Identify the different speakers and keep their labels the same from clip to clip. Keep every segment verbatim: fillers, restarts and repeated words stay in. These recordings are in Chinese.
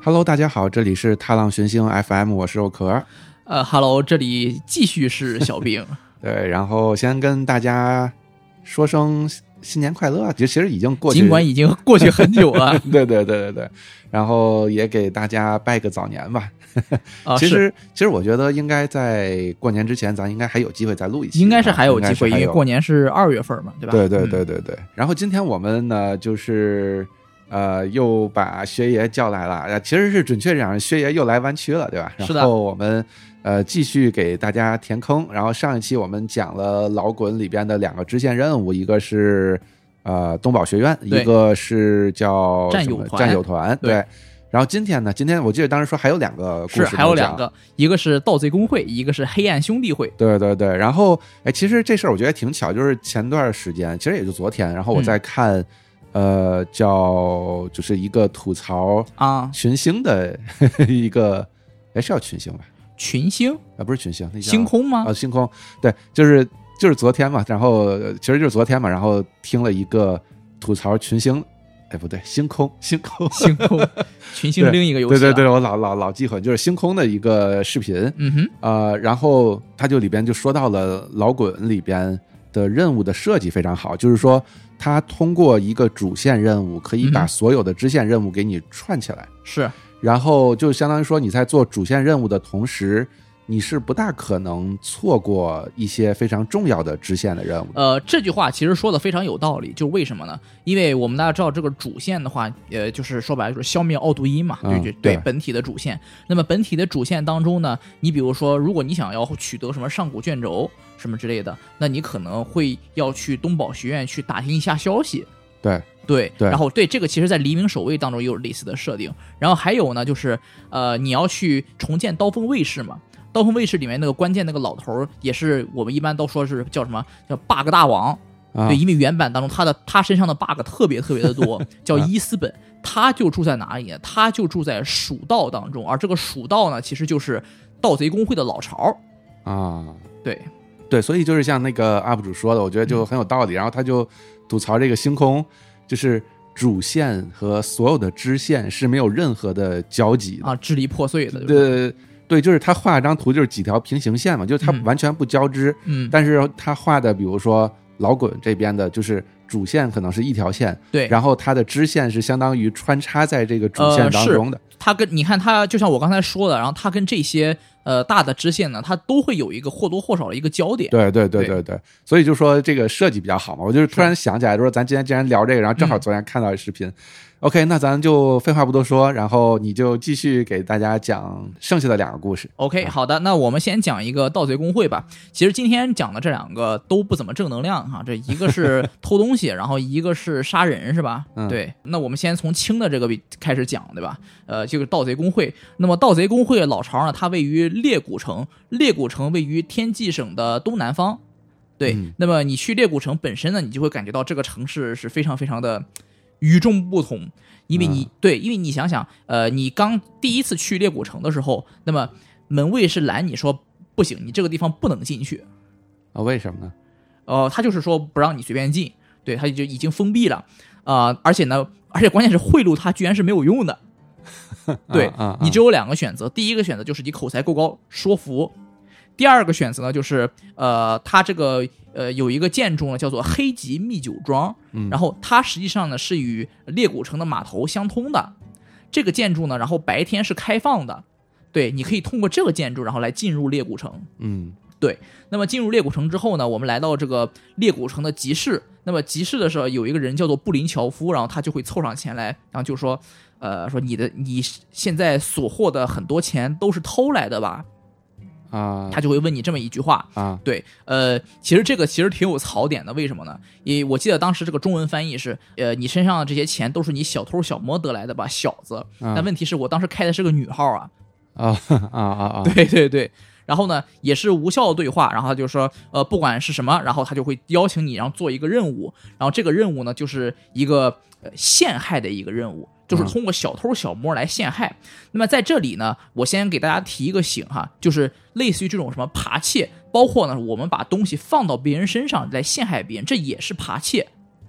Speaker 1: Hello， 大家好，这里是踏浪寻星 F M， 我是肉壳。
Speaker 2: 呃 ，Hello， 这里继续是小兵。
Speaker 1: 对，然后先跟大家说声新年快乐，其实已经过去，
Speaker 2: 尽管已经过去很久了。
Speaker 1: 对对对对对，然后也给大家拜个早年吧。
Speaker 2: 啊、
Speaker 1: 其实其实我觉得应该在过年之前，咱应该还有机会再录一期，
Speaker 2: 应该是还有机会，
Speaker 1: 因
Speaker 2: 为过年是二月份嘛，对吧？
Speaker 1: 对对对对对。嗯、然后今天我们呢，就是呃，又把薛爷叫来了，其实是准确讲，薛爷又来湾区了，对吧？
Speaker 2: 是的。
Speaker 1: 然后我们呃继续给大家填坑。然后上一期我们讲了老滚里边的两个支线任务，一个是呃东宝学院，一个是叫
Speaker 2: 战友团。
Speaker 1: 战友团，对。对然后今天呢？今天我记得当时说还有两个故事，
Speaker 2: 是还有两个，一个是盗贼公会，一个是黑暗兄弟会。
Speaker 1: 对对对，然后哎，其实这事儿我觉得挺巧，就是前段时间，其实也就昨天，然后我在看，嗯、呃，叫就是一个吐槽
Speaker 2: 啊
Speaker 1: 群星的一个，哎，是叫群星吧？
Speaker 2: 群星
Speaker 1: 啊，不是群星，那叫
Speaker 2: 星空吗？
Speaker 1: 啊，星空，对，就是就是昨天嘛，然后其实就是昨天嘛，然后听了一个吐槽群星。哎，不对，星空，星空，
Speaker 2: 星空，群星另一个游戏。
Speaker 1: 对对对，我老老老记混，就是星空的一个视频。
Speaker 2: 嗯哼，
Speaker 1: 呃，然后他就里边就说到了老滚里边的任务的设计非常好，就是说他通过一个主线任务可以把所有的支线任务给你串起来。
Speaker 2: 是、嗯，
Speaker 1: 然后就相当于说你在做主线任务的同时。你是不大可能错过一些非常重要的支线的任务。
Speaker 2: 呃，这句话其实说的非常有道理，就为什么呢？因为我们大家知道这个主线的话，呃，就是说白了就是消灭奥杜伊嘛，对、嗯、对对，本体的主线。那么本体的主线当中呢，你比如说，如果你想要取得什么上古卷轴什么之类的，那你可能会要去东宝学院去打听一下消息。
Speaker 1: 对
Speaker 2: 对
Speaker 1: 对，
Speaker 2: 然后对这个其实在黎明守卫当中也有类似的设定。然后还有呢，就是呃，你要去重建刀锋卫士嘛。刀锋卫士里面那个关键那个老头也是我们一般都说是叫什么叫 bug 大王、啊、对，因为原版当中他的他身上的 bug 特别特别的多，叫伊斯本、啊、他就住在哪里呢？他就住在蜀道当中，而这个蜀道呢其实就是盗贼公会的老巢
Speaker 1: 啊。
Speaker 2: 对
Speaker 1: 对，所以就是像那个 U P 主说的，我觉得就很有道理、嗯、然后他就吐槽这个星空就是主线和所有的支线是没有任何的交集的
Speaker 2: 啊，支离破碎的。
Speaker 1: 对对，就是他画一张图，就是几条平行线嘛，就是他完全不交织。
Speaker 2: 嗯，
Speaker 1: 但是他画的，比如说老滚这边的，就是主线可能是一条线，
Speaker 2: 对，
Speaker 1: 然后它的支线是相当于穿插在这个主线当中的。
Speaker 2: 呃、他跟你看，他就像我刚才说的，然后他跟这些呃大的支线呢，它都会有一个或多或少的一个焦点。
Speaker 1: 对对对对 对, 对，所以就说这个设计比较好嘛。我就是突然想起来，说咱今天既然聊这个，然后正好昨天看到视频。嗯OK， 那咱就废话不多说，然后你就继续给大家讲剩下的两个故事。
Speaker 2: OK， 好的，那我们先讲一个盗贼公会吧。其实今天讲的这两个都不怎么正能量哈，这一个是偷东西，然后一个是杀人，是吧？
Speaker 1: 嗯，
Speaker 2: 对。那我们先从轻的这个开始讲，对吧？呃，这个盗贼公会。那么盗贼公会的老巢呢，它位于猎古城，猎古城位于天际省的东南方。对，
Speaker 1: 嗯、
Speaker 2: 那么你去猎古城本身呢，你就会感觉到这个城市是非常非常的与众不同，因为你、嗯、对，因为你想想，呃，你刚第一次去猎古城的时候，那么门卫是拦你说不行，你这个地方不能进去
Speaker 1: 啊？为什么呢？
Speaker 2: 呃，他就是说不让你随便进，对，他就已经封闭了啊、呃，而且呢，而且关键是贿赂他居然是没有用的，对、
Speaker 1: 啊啊啊、
Speaker 2: 你只有两个选择，第一个选择就是你口才够高说服，第二个选择呢就是呃，他这个。呃，有一个建筑呢，叫做黑吉密酒庄、
Speaker 1: 嗯，
Speaker 2: 然后它实际上呢是与猎古城的码头相通的。这个建筑呢，然后白天是开放的，对，你可以通过这个建筑，然后来进入猎古城。
Speaker 1: 嗯，
Speaker 2: 对。那么进入猎古城之后呢，我们来到这个猎古城的集市。那么集市的时候，有一个人叫做布林乔夫，然后他就会凑上前来，然后就说，呃，说你的你现在所获的很多钱都是偷来的吧？
Speaker 1: 啊，
Speaker 2: 他就会问你这么一句话
Speaker 1: 啊，
Speaker 2: 对，呃，其实这个其实挺有槽点的，为什么呢？因为我记得当时这个中文翻译是，呃，你身上的这些钱都是你小偷小摸得来的吧，小子。
Speaker 1: 啊、
Speaker 2: 但问题是我当时开的是个女号啊，
Speaker 1: 啊啊啊啊，
Speaker 2: 对对对。然后呢，也是无效的对话，然后他就说，呃，不管是什么，然后他就会邀请你，然后做一个任务，然后这个任务呢，就是一个、呃、陷害的一个任务，就是通过小偷小摸来陷害。嗯、那么在这里呢，我先给大家提一个醒哈，就是类似于这种什么扒窃，包括呢，我们把东西放到别人身上来陷害别人，这也是扒窃。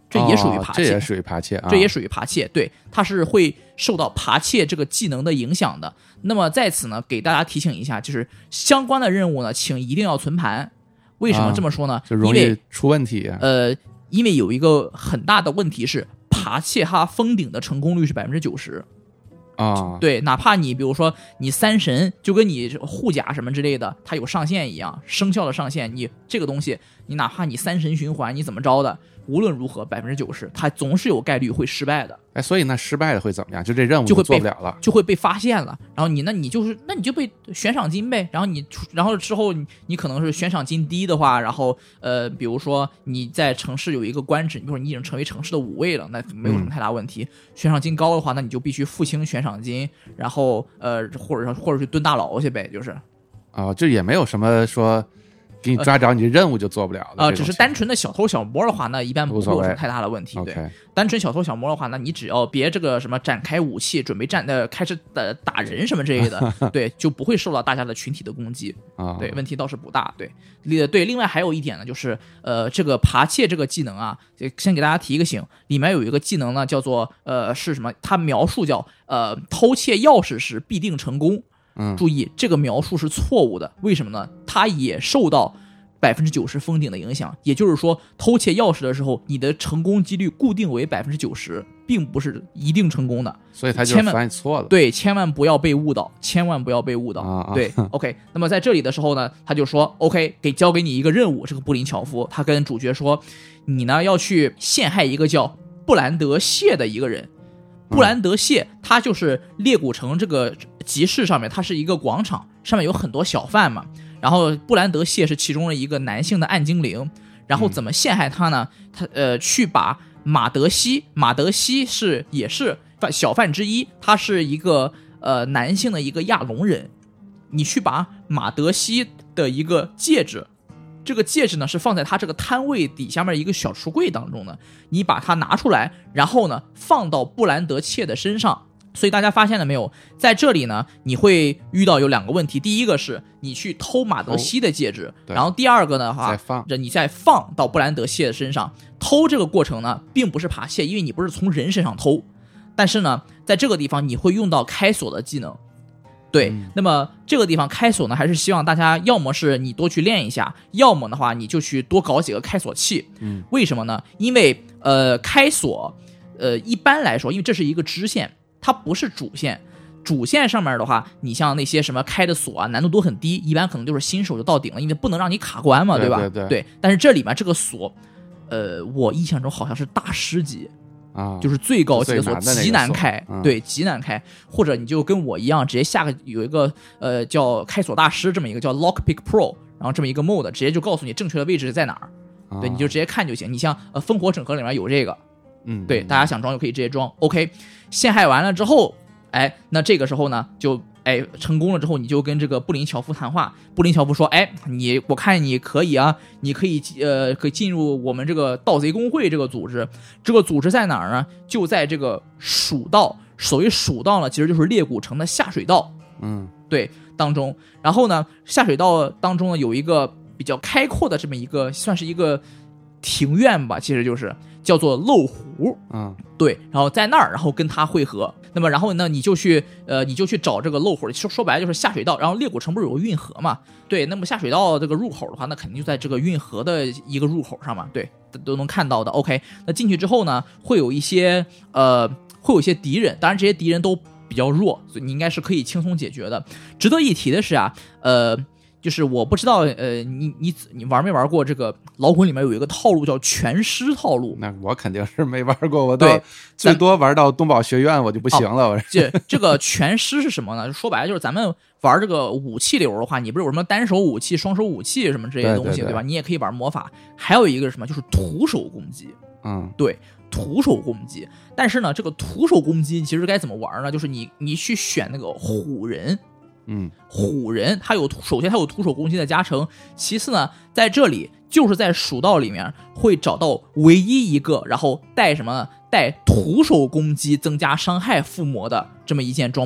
Speaker 2: 这也属于扒窃，
Speaker 1: 哦、这也属于扒窃，啊、
Speaker 2: 这也属于扒窃。对，它是会受到扒窃这个技能的影响的。那么在此呢，给大家提醒一下，就是相关的任务呢，请一定要存盘。为什么这么说呢？
Speaker 1: 啊、就容易出问题。
Speaker 2: 呃，因为有一个很大的问题是，扒窃它封顶的成功率是百分之九十。
Speaker 1: 啊，
Speaker 2: 对，哪怕你比如说你三神，就跟你护甲什么之类的，它有上限一样，生效的上限，你这个东西，你哪怕你三神循环，你怎么着的，无论如何百分之九十，它总是有概率会失败的。
Speaker 1: 哎，所以那失败了会怎么样？就这任务
Speaker 2: 就会
Speaker 1: 做不了了，
Speaker 2: 就会被发现了。然后你那你就是那你就被悬赏金呗。然后你然后之后你你可能是悬赏金低的话，然后呃，比如说你在城市有一个官职，比如说你已经成为城市的五位了，那没有什么太大问题。嗯、悬赏金高的话，那你就必须付清悬赏金，然后呃，或者或者去蹲大牢去呗，就是
Speaker 1: 啊，这也没有什么说。给你抓着你的任务就做不了了
Speaker 2: 啊、呃！只是单纯的小偷小摸的话，那一般不会有什么太大的问题。对，
Speaker 1: okay.
Speaker 2: 单纯小偷小摸的话，那你只要别这个什么展开武器，准备战呃开始打打人什么之类的，对，就不会受到大家的群体的攻击啊。对，问题倒是不大。对，对，另外还有一点呢，就是呃，这个扒窃这个技能啊，先给大家提一个醒，里面有一个技能呢，叫做呃是什么？它描述叫呃偷窃钥匙时必定成功。
Speaker 1: 嗯，
Speaker 2: 注意这个描述是错误的，为什么呢？它也受到百分之九十封顶的影响，也就是说，偷窃钥匙的时候，你的成功几率固定为百分之九十，并不是一定成功的。
Speaker 1: 所以他就是翻译错了。
Speaker 2: 对，千万不要被误导，千万不要被误导。
Speaker 1: 啊、
Speaker 2: 对 ，OK。那么在这里的时候呢，他就说 ，OK， 给交给你一个任务。这个布林乔夫他跟主角说，你呢要去陷害一个叫布兰德谢的一个人。布兰德谢，他就是猎古城这个集市上面，它是一个广场，上面有很多小贩嘛。然后布兰德谢是其中的一个男性的暗精灵。然后怎么陷害他呢？他呃去把马德西，马德西是也是小贩之一，他是一个呃男性的一个亚龙人。你去把马德西的一个戒指。这个戒指呢是放在他这个摊位底下面一个小橱柜当中的，你把它拿出来，然后呢放到布兰德切的身上。所以大家发现了没有，在这里呢你会遇到有两个问题，第一个是你去偷马德西的戒指，
Speaker 1: 哦、
Speaker 2: 然后第二个呢哈，
Speaker 1: 再放
Speaker 2: 你再放到布兰德谢的身上。偷这个过程呢并不是扒窃，因为你不是从人身上偷，但是呢在这个地方你会用到开锁的技能。对、嗯，那么这个地方开锁呢，还是希望大家要么是你多去练一下，要么的话你就去多搞几个开锁器。
Speaker 1: 嗯，
Speaker 2: 为什么呢？因为呃，开锁，呃，一般来说，因为这是一个支线，它不是主线。主线上面的话，你像那些什么开的锁啊，难度都很低，一般可能就是新手就到顶了，因为不能让你卡关嘛，
Speaker 1: 对
Speaker 2: 吧？
Speaker 1: 对对。
Speaker 2: 对，但是这里面这个锁，呃，我印象中好像是大师级。
Speaker 1: 啊，
Speaker 2: 就是最高级的锁，极难开、
Speaker 1: 嗯，
Speaker 2: 对，极难开。或者你就跟我一样，直接下个有一个呃叫开锁大师这么一个叫 Lockpick Pro， 然后这么一个 mode， 直接就告诉你正确的位置在哪儿、啊，对，你就直接看就行。你像呃烽火整合里面有这个，
Speaker 1: 嗯，
Speaker 2: 对，大家想装就可以直接装。OK， 陷害完了之后，哎，那这个时候呢就。哎，成功了之后，你就跟这个布林乔夫谈话。布林乔夫说：“哎，你我看你可以啊，你可以呃，可以进入我们这个盗贼公会这个组织。这个组织在哪儿呢？就在这个蜀道。所谓蜀道呢，其实就是猎古城的下水道。
Speaker 1: 嗯，
Speaker 2: 对，当中。然后呢，下水道当中呢有一个比较开阔的这么一个，算是一个庭院吧，其实就是叫做漏湖。
Speaker 1: 嗯，
Speaker 2: 对，然后在那儿，然后跟他会合。”那么然后呢，你就去呃，你就去找这个漏湖，说说白了就是下水道。然后猎古城不是有个运河嘛？对，那么下水道这个入口的话，那肯定就在这个运河的一个入口上嘛，对，都能看到的。OK， 那进去之后呢，会有一些呃，会有一些敌人，当然这些敌人都比较弱，所以你应该是可以轻松解决的。值得一提的是啊，呃。就是我不知道，呃，你你你玩没玩过这个老滚里面有一个套路叫全尸套路？
Speaker 1: 那我肯定是没玩过，我到最多玩到东宝学院我就不行了。我
Speaker 2: 这这个全尸是什么呢？说白了就是咱们玩这个武器流的话，你不是有什么单手武器、双手武器什么这些东西，
Speaker 1: 对, 对, 对,
Speaker 2: 对吧？你也可以玩魔法。还有一个是什么？就是徒手攻击。
Speaker 1: 嗯，
Speaker 2: 对。徒手攻击，但是呢，这个徒手攻击其实该怎么玩呢？就是你你去选那个虎人。
Speaker 1: 嗯，
Speaker 2: 虎人他有首先他有徒手攻击的加成，其次呢，在这里就是在蜀道里面会找到唯一一个，然后带什么带徒手攻击增加伤害附魔的这么一件装备。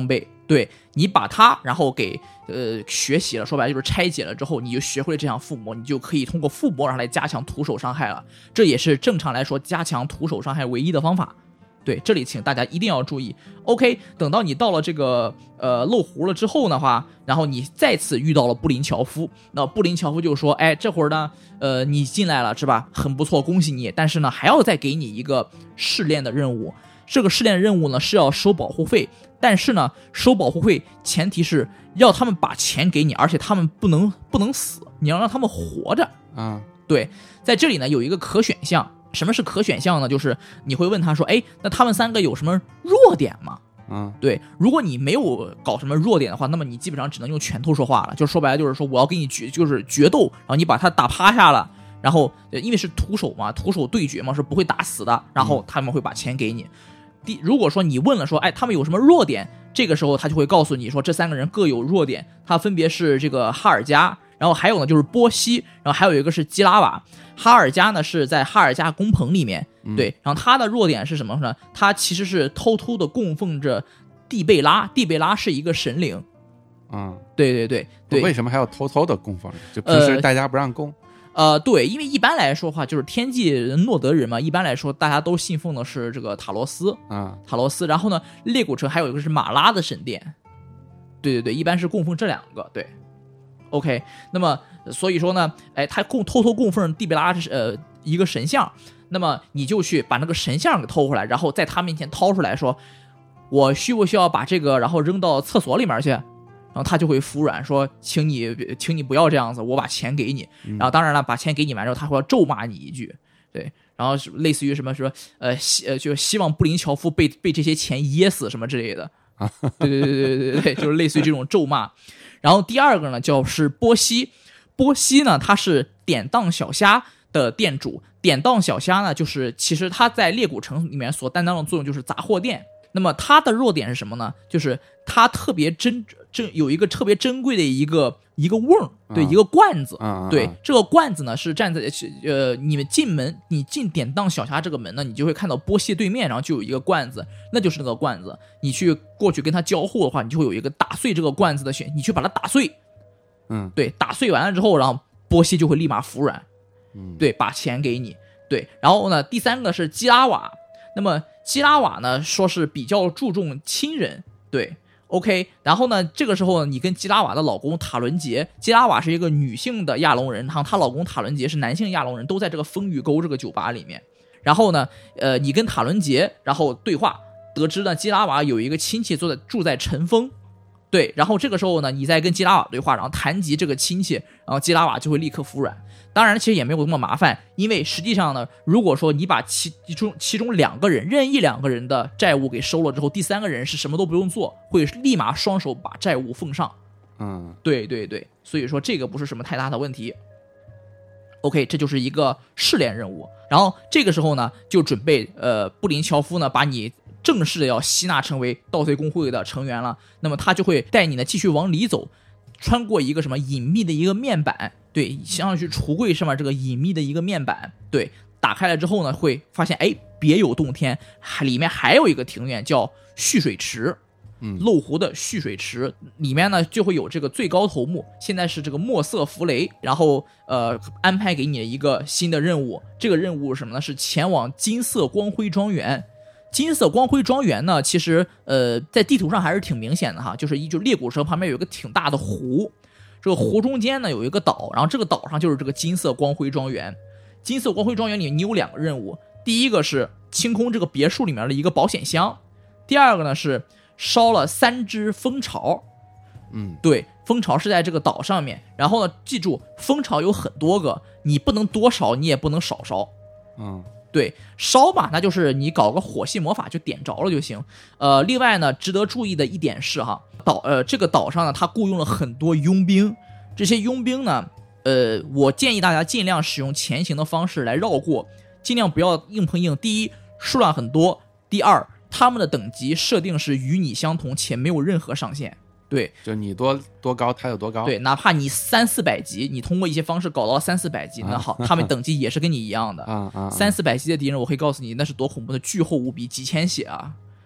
Speaker 2: 对，你把它然后给呃学习了，说白了就是拆解了之后，你就学会了这项附魔，你就可以通过附魔上来加强徒手伤害了。这也是正常来说加强徒手伤害唯一的方法。对，这里请大家一定要注意。OK， 等到你到了这个呃漏湖了之后的话，然后你再次遇到了布林乔夫，那布林乔夫就说：“哎，这会儿呢，呃，你进来了是吧？很不错，恭喜你。但是呢，还要再给你一个试炼的任务。这个试炼任务呢是要收保护费，但是呢，收保护费前提是要他们把钱给你，而且他们不能不能死，你要让他们活着。
Speaker 1: 啊，
Speaker 2: 对，在这里呢有一个可选项。”什么是可选项呢？就是你会问他说：“哎，那他们三个有什么弱点吗？”
Speaker 1: 嗯，
Speaker 2: 对，如果你没有搞什么弱点的话，那么你基本上只能用拳头说话了。就说白了，就是说我要跟你决，就是决斗，然后你把他打趴下了，然后因为是徒手嘛，徒手对决嘛，是不会打死的。然后他们会把钱给你。第，如果说你问了说：“哎，他们有什么弱点？”这个时候他就会告诉你说，这三个人各有弱点，他分别是这个哈尔加。然后还有呢，就是波西，然后还有一个是基拉瓦。哈尔加呢是在哈尔加工棚里面，对，然后他的弱点是什么呢？他其实是偷偷的供奉着蒂贝拉，蒂贝拉是一个神灵。
Speaker 1: 嗯，
Speaker 2: 对对对对。
Speaker 1: 为什么还要偷偷的供奉？就平时大家不让供？
Speaker 2: 呃，对，因为一般来说的话，就是天际诺德人嘛，一般来说大家都信奉的是这个塔罗斯
Speaker 1: 啊，
Speaker 2: 塔罗斯。然后呢，裂谷城还有一个是马拉的神殿。对对对，一般是供奉这两个，对。OK， 那么所以说呢，哎，他供偷偷供奉蒂贝拉呃一个神像，那么你就去把那个神像给偷回来，然后在他面前掏出来说，我需不需要把这个然后扔到厕所里面去？然后他就会服软说，请你请你不要这样子，我把钱给你。然后当然了，把钱给你完之后，他会要咒骂你一句，对，然后类似于什么说呃希呃就希望布林乔夫被被这些钱噎死什么之类的，对对对对对对，就是类似于这种咒骂。然后第二个呢，就是波西，波西呢，他是典当小虾的店主。典当小虾呢，就是其实他在裂谷城里面所担当的作用就是杂货店。那么他的弱点是什么呢？就是他特别珍珍有一个特别珍贵的一个一个瓮，对，一个罐子，
Speaker 1: 啊、
Speaker 2: 对，这个罐子呢是站在呃你们进门，你进典当小虾这个门呢，你就会看到波西对面，然后就有一个罐子，那就是那个罐子。你去过去跟他交互的话，你就会有一个打碎这个罐子的选，你去把它打碎，
Speaker 1: 嗯，
Speaker 2: 对，打碎完了之后，然后波西就会立马服软，
Speaker 1: 嗯，
Speaker 2: 对，把钱给你，对。然后呢，第三个是基拉瓦，那么基拉瓦呢说是比较注重亲人，对。OK， 然后呢，这个时候呢，你跟基拉瓦的老公塔伦杰，基拉瓦是一个女性的亚龙人，然后她老公塔伦杰是男性亚龙人，都在这个风雨沟这个酒吧里面。然后呢，呃，你跟塔伦杰然后对话，得知呢基拉瓦有一个亲戚住在住在尘封，对，然后这个时候呢，你再跟基拉瓦对话，然后谈及这个亲戚，然后基拉瓦就会立刻服软。当然，其实也没有那么麻烦，因为实际上呢，如果说你把其中其中两个人任意两个人的债务给收了之后，第三个人是什么都不用做，会立马双手把债务奉上。
Speaker 1: 嗯，
Speaker 2: 对对对，所以说这个不是什么太大的问题。OK， 这就是一个试炼任务。然后这个时候呢，就准备呃布林乔夫呢把你正式的要吸纳成为盗贼公会的成员了。那么他就会带你呢继续往里走，穿过一个什么隐秘的一个面板。对，相当于橱柜上面这个隐秘的一个面板，对，打开了之后呢，会发现哎，别有洞天，还里面还有一个庭院叫蓄水池，
Speaker 1: 嗯，
Speaker 2: 漏湖的蓄水池里面呢就会有这个最高头目，现在是这个墨色弗雷，然后呃安排给你的一个新的任务，这个任务是什么呢？是前往金色光辉庄园。金色光辉庄园呢，其实呃在地图上还是挺明显的哈，就是一就裂谷城旁边有一个挺大的湖。这个湖中间呢有一个岛，然后这个岛上就是这个金色光辉庄园。金色光辉庄园里你有两个任务，第一个是清空这个别墅里面的一个保险箱，第二个呢是烧了三只蜂巢。
Speaker 1: 嗯，
Speaker 2: 对，蜂巢是在这个岛上面，然后呢记住蜂巢有很多个，你不能多烧，你也不能少烧。
Speaker 1: 嗯，
Speaker 2: 对，烧吧，那就是你搞个火系魔法就点着了就行。呃，另外呢，值得注意的一点是哈，岛呃这个岛上呢，它雇佣了很多佣兵，这些佣兵呢，呃，我建议大家尽量使用潜行的方式来绕过，尽量不要硬碰硬。第一，数量很多；第二，他们的等级设定是与你相同且没有任何上限。对，
Speaker 1: 就你多多高，他有多高。
Speaker 2: 对，哪怕你三四百级，你通过一些方式搞到了三四百级，那好，他们等级也是跟你一样的。
Speaker 1: 啊啊，
Speaker 2: 三四百级的敌人，我会告诉你，那是多恐怖的，巨厚无比，几千血啊！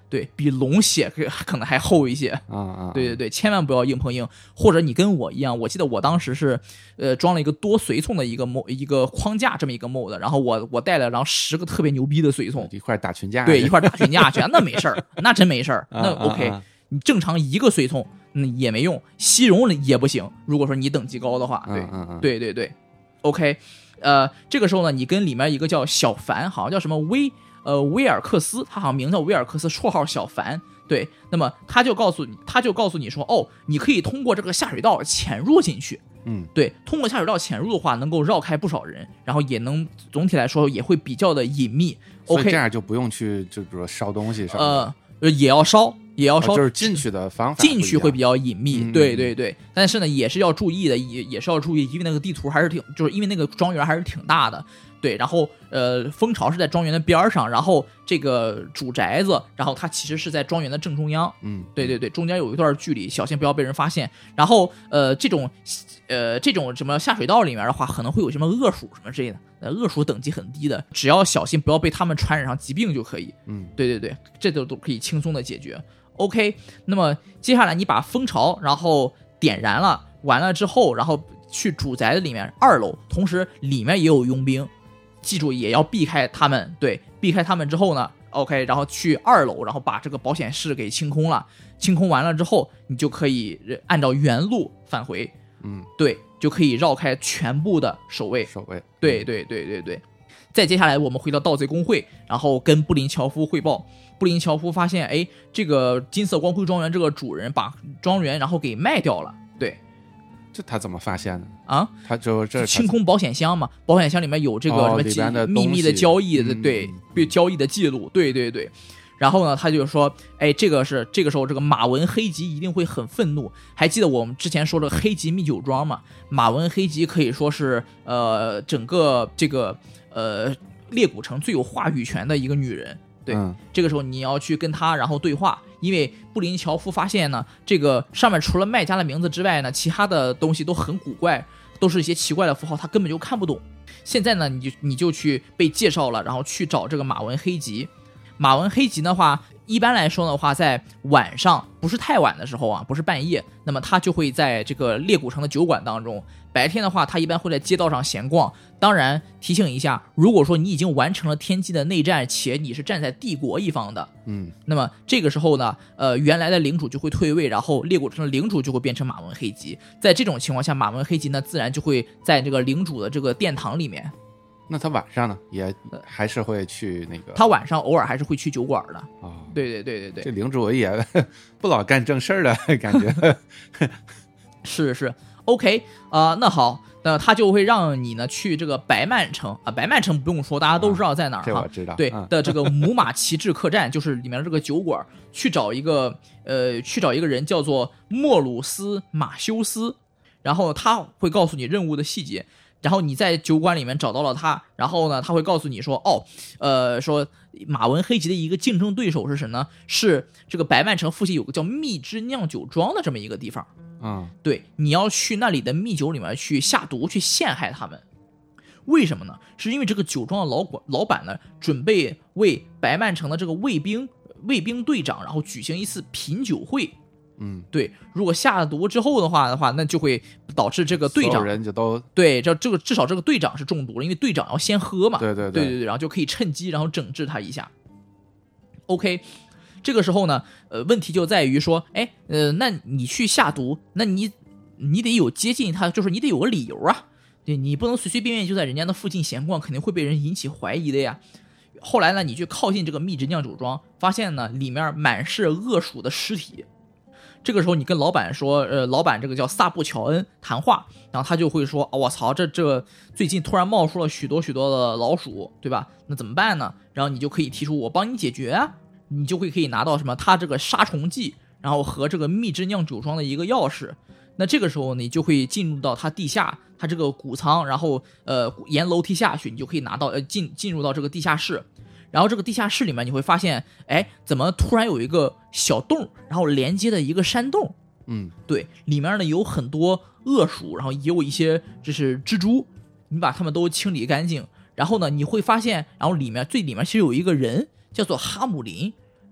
Speaker 2: 对比龙血可能还厚一些
Speaker 1: 啊啊！
Speaker 2: 对对对，千万不要硬碰硬，或者你跟我一样，我记得我当时是呃装了一个多随从的一个 mod 一个框架这么一个 mod， 然后我我带了然后十个特别牛逼的随从
Speaker 1: 一块打群架，
Speaker 2: 对一块打群架去，那没事儿，那真没事儿，那 OK。
Speaker 1: 啊啊啊
Speaker 2: 你正常一个随从嗯也没用，吸容也不行。如果说你等级高的话，对、
Speaker 1: 嗯嗯嗯、
Speaker 2: 对对对 ，OK， 呃，这个时候呢，你跟里面一个叫小凡，好像叫什么威呃威尔克斯，他好像名叫威尔克斯，绰号小凡。对，那么他就告诉你，他就告诉你说，哦，你可以通过这个下水道潜入进去。
Speaker 1: 嗯，
Speaker 2: 对，通过下水道潜入的话，能够绕开不少人，然后也能总体来说也会比较的隐秘。
Speaker 1: 所以
Speaker 2: OK，
Speaker 1: 这样就不用去，就比如说烧东西什么的。
Speaker 2: 呃，也要烧。也要烧、
Speaker 1: 哦，就是进去的方法，
Speaker 2: 进去会比较隐秘，
Speaker 1: 嗯、
Speaker 2: 对对对。但是呢，也是要注意的，也也是要注意，因为那个地图还是挺，就是因为那个庄园还是挺大的，对。然后呃，蜂巢是在庄园的边上，然后这个主宅子，然后它其实是在庄园的正中央，
Speaker 1: 嗯，
Speaker 2: 对对对，中间有一段距离，小心不要被人发现。然后呃，这种呃这种什么下水道里面的话，可能会有什么恶鼠什么之类的，呃，恶鼠等级很低的，只要小心不要被他们传染上疾病就可以。
Speaker 1: 嗯，
Speaker 2: 对对对，这都都可以轻松的解决。OK， 那么接下来你把蜂巢然后点燃了，完了之后，然后去主宅的里面二楼，同时里面也有佣兵，记住也要避开他们。对，避开他们之后呢 ，OK， 然后去二楼，然后把这个保险室给清空了。清空完了之后，你就可以按照原路返回。
Speaker 1: 嗯，
Speaker 2: 对，就可以绕开全部的守卫。
Speaker 1: 守卫，
Speaker 2: 对对对对对。再接下来，我们回到盗贼工会，然后跟布林乔夫汇报。布林乔夫发现，哎，这个金色光辉庄园这个主人把庄园然后给卖掉了。对，
Speaker 1: 这他怎么发现的
Speaker 2: 啊？
Speaker 1: 他就这
Speaker 2: 清空保险箱嘛，保险箱里面有这个什么、
Speaker 1: 哦、里边的
Speaker 2: 秘密的交易的，
Speaker 1: 嗯、
Speaker 2: 对对，交易的记录，对对对。然后呢，他就说，哎，这个是这个时候这个马文黑吉一定会很愤怒。还记得我们之前说的黑吉密酒庄吗？马文黑吉可以说是呃整个这个呃猎谷城最有话语权的一个女人。对、嗯，这个时候你要去跟他然后对话，因为布林乔夫发现呢，这个上面除了卖家的名字之外呢，其他的东西都很古怪，都是一些奇怪的符号，他根本就看不懂。现在呢，你就你就去被介绍了，然后去找这个马文黑吉。马文黑吉的话，一般来说的话，在晚上不是太晚的时候啊，不是半夜，那么他就会在这个猎谷城的酒馆当中。白天的话，他一般会在街道上闲逛。当然，提醒一下，如果说你已经完成了天际的内战，且你是站在帝国一方的，
Speaker 1: 嗯，
Speaker 2: 那么这个时候呢，呃，原来的领主就会退位，然后猎谷城的领主就会变成马文黑吉。在这种情况下，马文黑吉呢，自然就会在这个领主的这个殿堂里面。
Speaker 1: 那他晚上呢，也还是会去那个？
Speaker 2: 他晚上偶尔还是会去酒馆的。
Speaker 1: 哦，
Speaker 2: 对对对对对，
Speaker 1: 这领主也不老干正事儿的感觉。
Speaker 2: 是是 ，OK 啊、呃，那好，那他就会让你呢去这个白曼城啊，白曼城不用说，大家都知道在哪儿、啊、
Speaker 1: 这我知道。
Speaker 2: 对、
Speaker 1: 嗯、
Speaker 2: 的这个母马旗帜客栈，就是里面的这个酒馆，去找一个呃，去找一个人叫做莫鲁斯马修斯，然后他会告诉你任务的细节。然后你在酒馆里面找到了他，然后呢，他会告诉你说，哦，呃，说马文黑吉的一个竞争对手是谁呢？是这个白曼城附近有个叫蜜汁酿酒庄的这么一个地方。
Speaker 1: 嗯，
Speaker 2: 对，你要去那里的蜜酒里面去下毒，去陷害他们。为什么呢？是因为这个酒庄的老管老板呢，准备为白曼城的这个卫兵卫兵队长，然后举行一次品酒会。
Speaker 1: 嗯，
Speaker 2: 对，如果下了毒之后的话的话，那就会导致这个队长
Speaker 1: 人就都
Speaker 2: 对，这这个至少这个队长是中毒了，因为队长要先喝嘛。
Speaker 1: 对对
Speaker 2: 对对对，然后就可以趁机然后整治他一下。OK， 这个时候呢，呃，问题就在于说，哎，呃，那你去下毒，那你你得有接近他，就是你得有个理由啊，对，你不能随随便便就在人家的附近闲逛，肯定会被人引起怀疑的呀。后来呢，你去靠近这个蜜汁酿酒庄，发现呢里面满是恶鼠的尸体。这个时候你跟老板说，呃，老板这个叫萨布乔恩谈话，然后他就会说，我、哦、操，这这最近突然冒出了许多许多的老鼠，对吧？那怎么办呢？然后你就可以提出我帮你解决啊，你就会可以拿到什么他这个杀虫剂，然后和这个蜜汁酿酒庄的一个钥匙。那这个时候你就会进入到他地下，他这个谷仓，然后呃沿楼梯下去，你就可以拿到呃进进入到这个地下室。然后这个地下室里面你会发现，哎，怎么突然有一个小洞，然后连接的一个山洞？
Speaker 1: 嗯，
Speaker 2: 对，里面呢有很多恶鼠，然后也有一些就是蜘蛛，你把它们都清理干净。然后呢，你会发现，然后里面最里面其实有一个人叫做哈姆林，然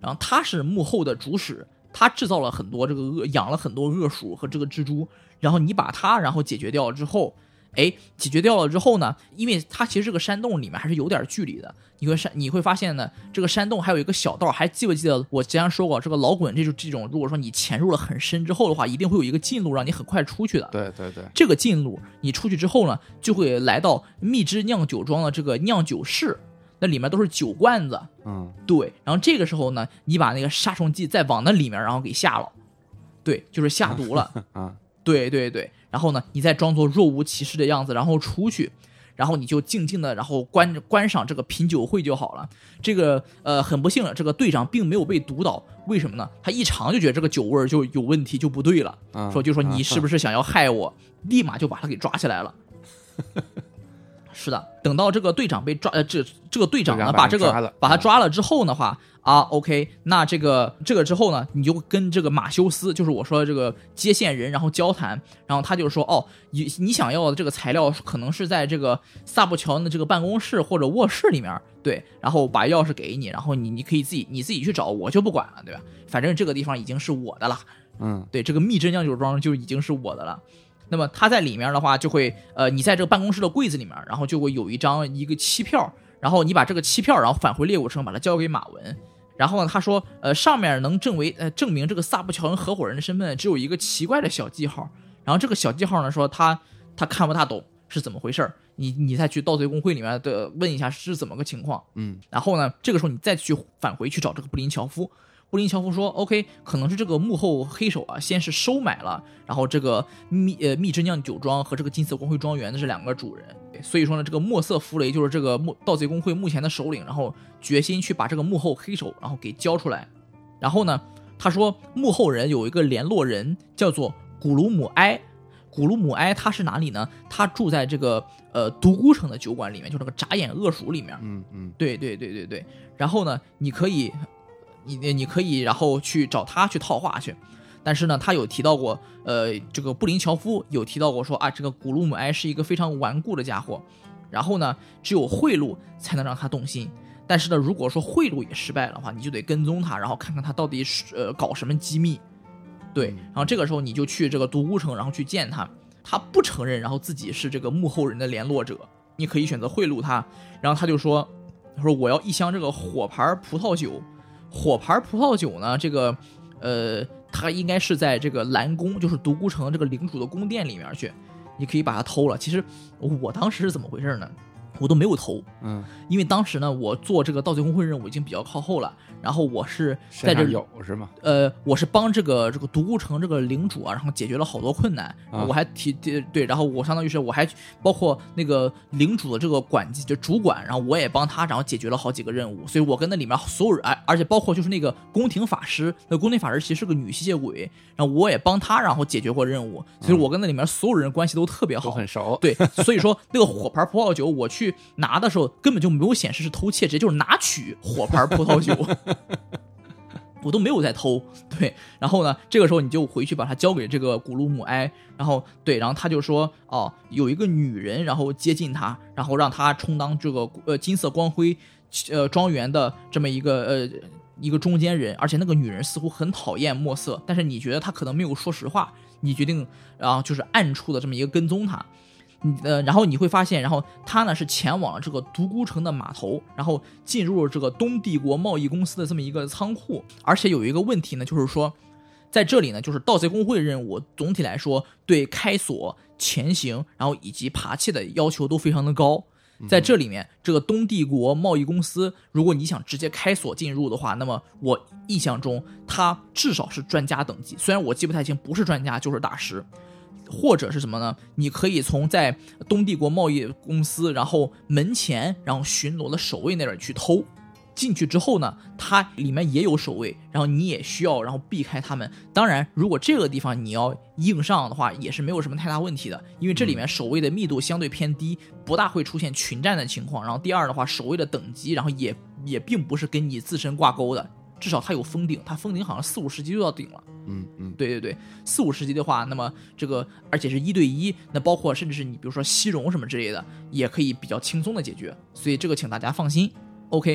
Speaker 2: 然后他是幕后的主使，他制造了很多这个恶，养了很多恶鼠和这个蜘蛛，然后你把它然后解决掉了之后，哎，解决掉了之后呢，因为它其实这个山洞里面还是有点距离的，你会山你会发现呢，这个山洞还有一个小道，还记不记得我之前说过，这个老滚这种这种，如果说你潜入了很深之后的话，一定会有一个近路让你很快出去的。
Speaker 1: 对对对，
Speaker 2: 这个近路你出去之后呢，就会来到蜜汁酿酒庄的这个酿酒室。那里面都是酒罐子，
Speaker 1: 嗯，
Speaker 2: 对，然后这个时候呢，你把那个杀虫剂再往那里面，然后给下了，对，就是下毒了，
Speaker 1: 啊，
Speaker 2: 对对对，然后呢，你再装作若无其事的样子，然后出去，然后你就静静的，然后观观赏这个品酒会就好了。这个呃，很不幸，这个队长并没有被毒倒，为什么呢？他一尝就觉得这个酒味就有问题，就不对了，
Speaker 1: 啊
Speaker 2: 说就说你
Speaker 1: 啊
Speaker 2: 是不是想要害我，立马就把他给抓起来了。是的，等到这个队长被抓，呃，这这个队长呢，把这个把他抓了之后的话，啊 ，OK， 那这个这个之后呢，你就跟这个马修斯，就是我说的这个接线人，然后交谈，然后他就说，哦，你你想要的这个材料可能是在这个萨布乔恩的这个办公室或者卧室里面，对，然后把钥匙给你，然后你你可以自己你自己去找，我就不管了，对吧？反正这个地方已经是我的了，
Speaker 1: 嗯，
Speaker 2: 对，这个蜜汁酿酒庄就已经是我的了。那么他在里面的话，就会呃，你在这个办公室的柜子里面，然后就会有一张一个期票，然后你把这个期票，然后返回猎古城，把它交给马文。然后呢，他说，呃，上面能证为呃证明这个萨布乔恩合伙人的身份，只有一个奇怪的小记号。然后这个小记号呢，说他他看不大懂是怎么回事，你你再去盗贼公会里面的问一下是怎么个情况。
Speaker 1: 嗯，
Speaker 2: 然后呢，这个时候你再去返回去找这个布林乔夫。布林乔夫说 ：“OK， 可能是这个幕后黑手啊，先是收买了，然后这个蜜呃蜜汁酿酒庄和这个金色光辉庄园的这两个主人。所以说呢，这个莫瑟弗雷就是这个盗贼公会目前的首领，然后决心去把这个幕后黑手然后给交出来。然后呢，他说幕后人有一个联络人叫做古鲁姆埃，古鲁姆埃他是哪里呢？他住在这个呃独孤城的酒馆里面，就那个眨眼恶鼠里面。
Speaker 1: 嗯嗯，
Speaker 2: 对对对对对。然后呢，你可以。”你你可以然后去找他去套话去，但是呢，他有提到过，呃，这个布林乔夫有提到过说啊，这个古鲁姆埃是一个非常顽固的家伙，然后呢，只有贿赂才能让他动心。但是呢，如果说贿赂也失败的话，你就得跟踪他，然后看看他到底是呃搞什么机密。对，然后这个时候你就去这个独孤城，然后去见他，他不承认，然后自己是这个幕后人的联络者，你可以选择贿赂他，然后他就说，他说我要一箱这个火牌葡萄酒。火牌葡萄酒呢，这个，呃，它应该是在这个蓝宫，就是独孤城这个领主的宫殿里面去，你可以把它偷了。其实我当时是怎么回事呢？我都没有偷，
Speaker 1: 嗯，
Speaker 2: 因为当时呢，我做这个盗贼公会任务已经比较靠后了，然后我是在这
Speaker 1: 有是吗？
Speaker 2: 呃，我是帮这个这个独孤城这个领主啊，然后解决了好多困难，
Speaker 1: 啊、
Speaker 2: 我还提对，然后我相当于是我还包括那个领主的这个管就主管，然后我也帮他，然后解决了好几个任务，所以我跟那里面所有人，而而且包括就是那个宫廷法师，那宫廷法师其实是个女吸血鬼，然后我也帮他，然后解决过任务，所以我跟那里面所有人关系都特别好，
Speaker 1: 都很熟。
Speaker 2: 对，所以说那个火牌葡萄酒我去拿的时候根本就没有显示是偷窃，直接就是拿取火牌葡萄酒。我都没有在偷，对，然后呢，这个时候你就回去把它交给这个古鲁姆埃，然后对，然后他就说，哦，有一个女人，然后接近他，然后让他充当这个呃金色光辉呃庄园的这么一个呃一个中间人，而且那个女人似乎很讨厌墨色，但是你觉得他可能没有说实话，你决定然后就是暗处的这么一个跟踪他。呃，然后你会发现，然后他呢是前往了这个独孤城的码头，然后进入了这个东帝国贸易公司的这么一个仓库，而且有一个问题呢，就是说，在这里呢，就是盗贼公会任务总体来说对开锁、潜行，然后以及爬窃的要求都非常的高。在这里面，这个东帝国贸易公司，如果你想直接开锁进入的话，那么我印象中他至少是专家等级，虽然我记不太清，不是专家就是大师。或者是什么呢？你可以从在东帝国贸易公司，然后门前，然后巡逻的守卫那边去偷。进去之后呢，它里面也有守卫，然后你也需要然后避开他们。当然，如果这个地方你要硬上的话，也是没有什么太大问题的，因为这里面守卫的密度相对偏低，不大会出现群战的情况。然后第二的话，守卫的等级，然后也也并不是跟你自身挂钩的。至少它有封顶，它封顶好像四五十级就到顶了。
Speaker 1: 嗯嗯，
Speaker 2: 对对对，四五十级的话，那么这个而且是一对一，那包括甚至是你比如说吸容什么之类的，也可以比较轻松的解决。所以这个请大家放心。OK，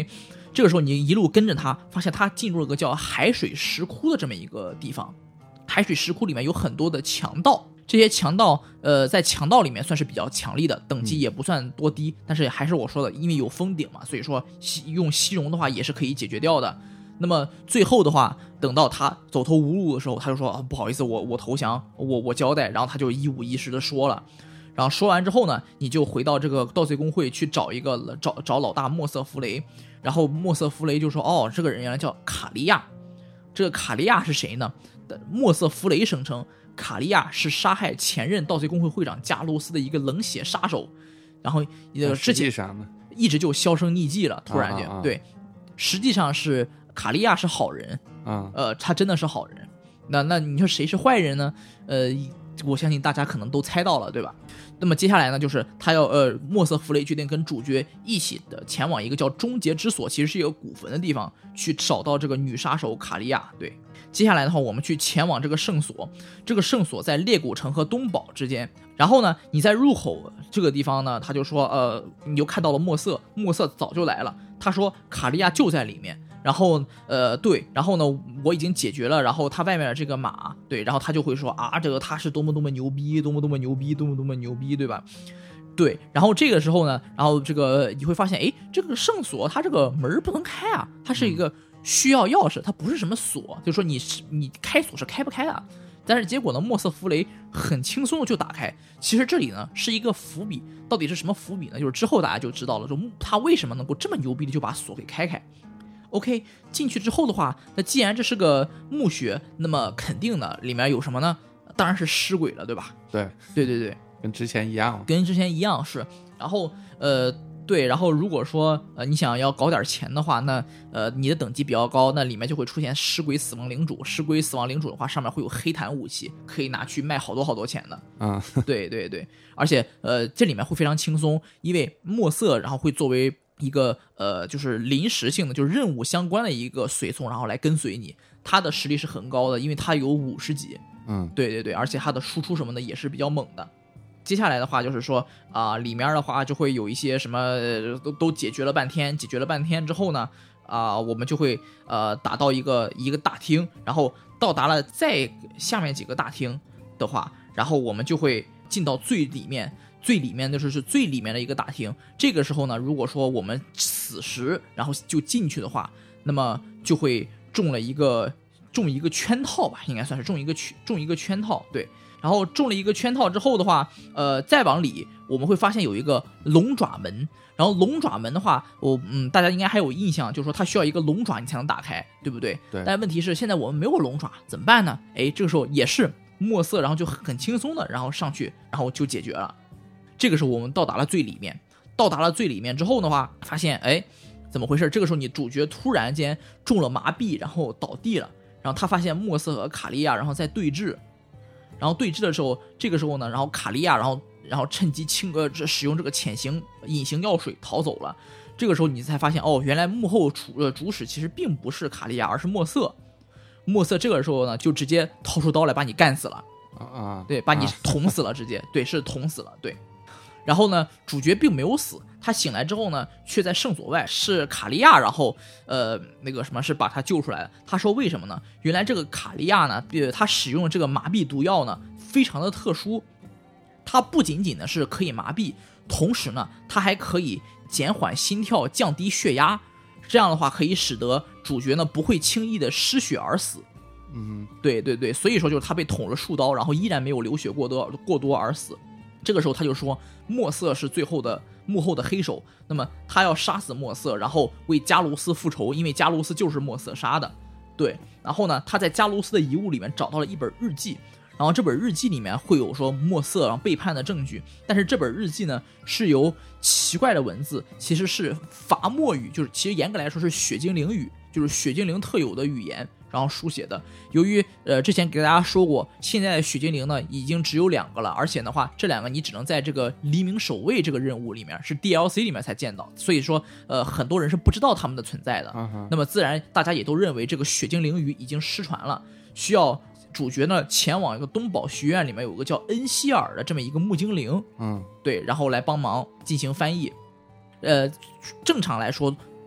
Speaker 2: 这个时候你一路跟着他，发现他进入了个叫海水石窟的这么一个地方。海水石窟里面有很多的强盗，这些强盗呃在强盗里面算是比较强力的，等级也不算多低，但是还是我说的，因为有封顶嘛，所以说用吸熔的话也是可以解决掉的。那么最后的话，等到他走投无路的时候，他就说、啊、不好意思，我我投降，我我交代，然后他就一五一十的说了。然后说完之后呢，你就回到这个盗贼公会去找一个找找老大墨瑟弗雷，然后墨瑟弗雷就说哦，这个人原来叫卡利亚。这个卡利亚是谁呢？墨瑟弗雷声称卡利亚是杀害前任盗贼公会会长加卢斯的一个冷血杀手，然后呃之前一直就销声匿迹了，突然间、啊啊啊、对，实际上是卡利亚是好人，
Speaker 1: 啊，
Speaker 2: 呃，他真的是好人。那那你说谁是坏人呢？呃，我相信大家可能都猜到了，对吧？那么接下来呢，就是他要呃，墨瑟弗雷决定跟主角一起的前往一个叫终结之所，其实是一个古坟的地方，去找到这个女杀手卡利亚。对，接下来的话，我们去前往这个圣所，这个圣所在裂谷城和东堡之间。然后呢，你在入口这个地方呢，他就说，呃，你就看到了墨瑟，墨瑟早就来了，他说卡利亚就在里面。然后呃对，然后呢我已经解决了，然后他外面的这个马，对，然后他就会说啊，这个他是多么多么牛逼，多么多么牛逼，多么多么牛逼，对吧？对，然后这个时候呢，然后这个你会发现，哎，这个圣所它这个门不能开啊，它是一个需要钥匙，它不是什么锁，就是说你你开锁是开不开的。但是结果呢，墨瑟弗雷很轻松的就打开。其实这里呢是一个伏笔，到底是什么伏笔呢？就是之后大家就知道了，说他为什么能够这么牛逼的就把锁给开开。OK， 进去之后的话，那既然这是个墓穴，那么肯定的里面有什么呢？当然是尸鬼了，对吧？
Speaker 1: 对，
Speaker 2: 对对对，
Speaker 1: 跟之前一样，
Speaker 2: 跟之前一样是。然后呃，对，然后如果说呃你想要搞点钱的话，那呃你的等级比较高，那里面就会出现尸鬼死亡领主。尸鬼死亡领主的话，上面会有黑檀武器，可以拿去卖好多好多钱的。
Speaker 1: 嗯，
Speaker 2: 对对对，而且呃这里面会非常轻松，因为墨瑟然后会作为一个呃，就是临时性的，就是任务相关的一个随从，然后来跟随你。他的实力是很高的，因为他有五十级。
Speaker 1: 嗯，
Speaker 2: 对对对，而且他的输出什么的也是比较猛的。接下来的话就是说啊、呃，里面的话就会有一些什么，呃、都都解决了半天，解决了半天之后呢，啊、呃，我们就会呃打到一个一个大厅，然后到达了再下面几个大厅的话，然后我们就会进到最里面。最里面就是是最里面的一个大厅，这个时候呢，如果说我们此时然后就进去的话，那么就会中了一个中一个圈套吧，应该算是中一个中一个圈套，对。然后中了一个圈套之后的话，呃，再往里我们会发现有一个龙爪门，然后龙爪门的话，我嗯，大家应该还有印象，就是说它需要一个龙爪你才能打开，对不对？
Speaker 1: 对。
Speaker 2: 但问题是现在我们没有龙爪，怎么办呢？哎，这个时候也是墨瑟，然后就很轻松的，然后上去，然后就解决了。这个时候我们到达了最里面，到达了最里面之后的话，发现哎，怎么回事？这个时候你主角突然间中了麻痹，然后倒地了，然后他发现墨瑟和卡利亚然后在对峙，然后对峙的时候，这个时候呢，然后卡利亚然后然后趁机轻呃使用这个潜行隐形药水逃走了。这个时候你才发现哦，原来幕后主呃主使其实并不是卡利亚，而是墨瑟。墨瑟这个时候呢就直接掏出刀来把你干死了
Speaker 1: 啊，
Speaker 2: 对，把你捅死了，直接对，是捅死了，对。然后呢，主角并没有死，他醒来之后呢，却在圣所外，是卡利亚，然后呃那个什么是把他救出来的。他说为什么呢？原来这个卡利亚呢，呃，他使用这个麻痹毒药呢，非常的特殊。它不仅仅呢是可以麻痹，同时呢，它还可以减缓心跳、降低血压。这样的话，可以使得主角呢不会轻易的失血而死。
Speaker 1: 嗯，
Speaker 2: 对对对，所以说就是他被捅了数刀，然后依然没有流血过多过多而死。这个时候他就说墨瑟是最后的幕后的黑手，那么他要杀死墨瑟，然后为加卢斯复仇，因为加卢斯就是墨瑟杀的。对，然后呢，他在加卢斯的遗物里面找到了一本日记，然后这本日记里面会有说墨瑟然后背叛的证据，但是这本日记呢是由奇怪的文字，其实是伐墨语，就是其实严格来说是血精灵语，就是血精灵特有的语言，然后书写的。由于呃之前给大家说过，现在的血精灵呢已经只有两个了，而且的话这两个你只能在这个黎明守卫这个任务里面，是 D L C 里面才见到，所以说呃很多人是不知道他们的存在的。
Speaker 1: uh-huh.
Speaker 2: 那么自然大家也都认为这个血精灵语已经失传了，需要主角呢前往一个东宝学院里面有个叫恩希尔的这么一个木精灵，
Speaker 1: 嗯，
Speaker 2: 对，然后来帮忙进行翻译。呃，正常来说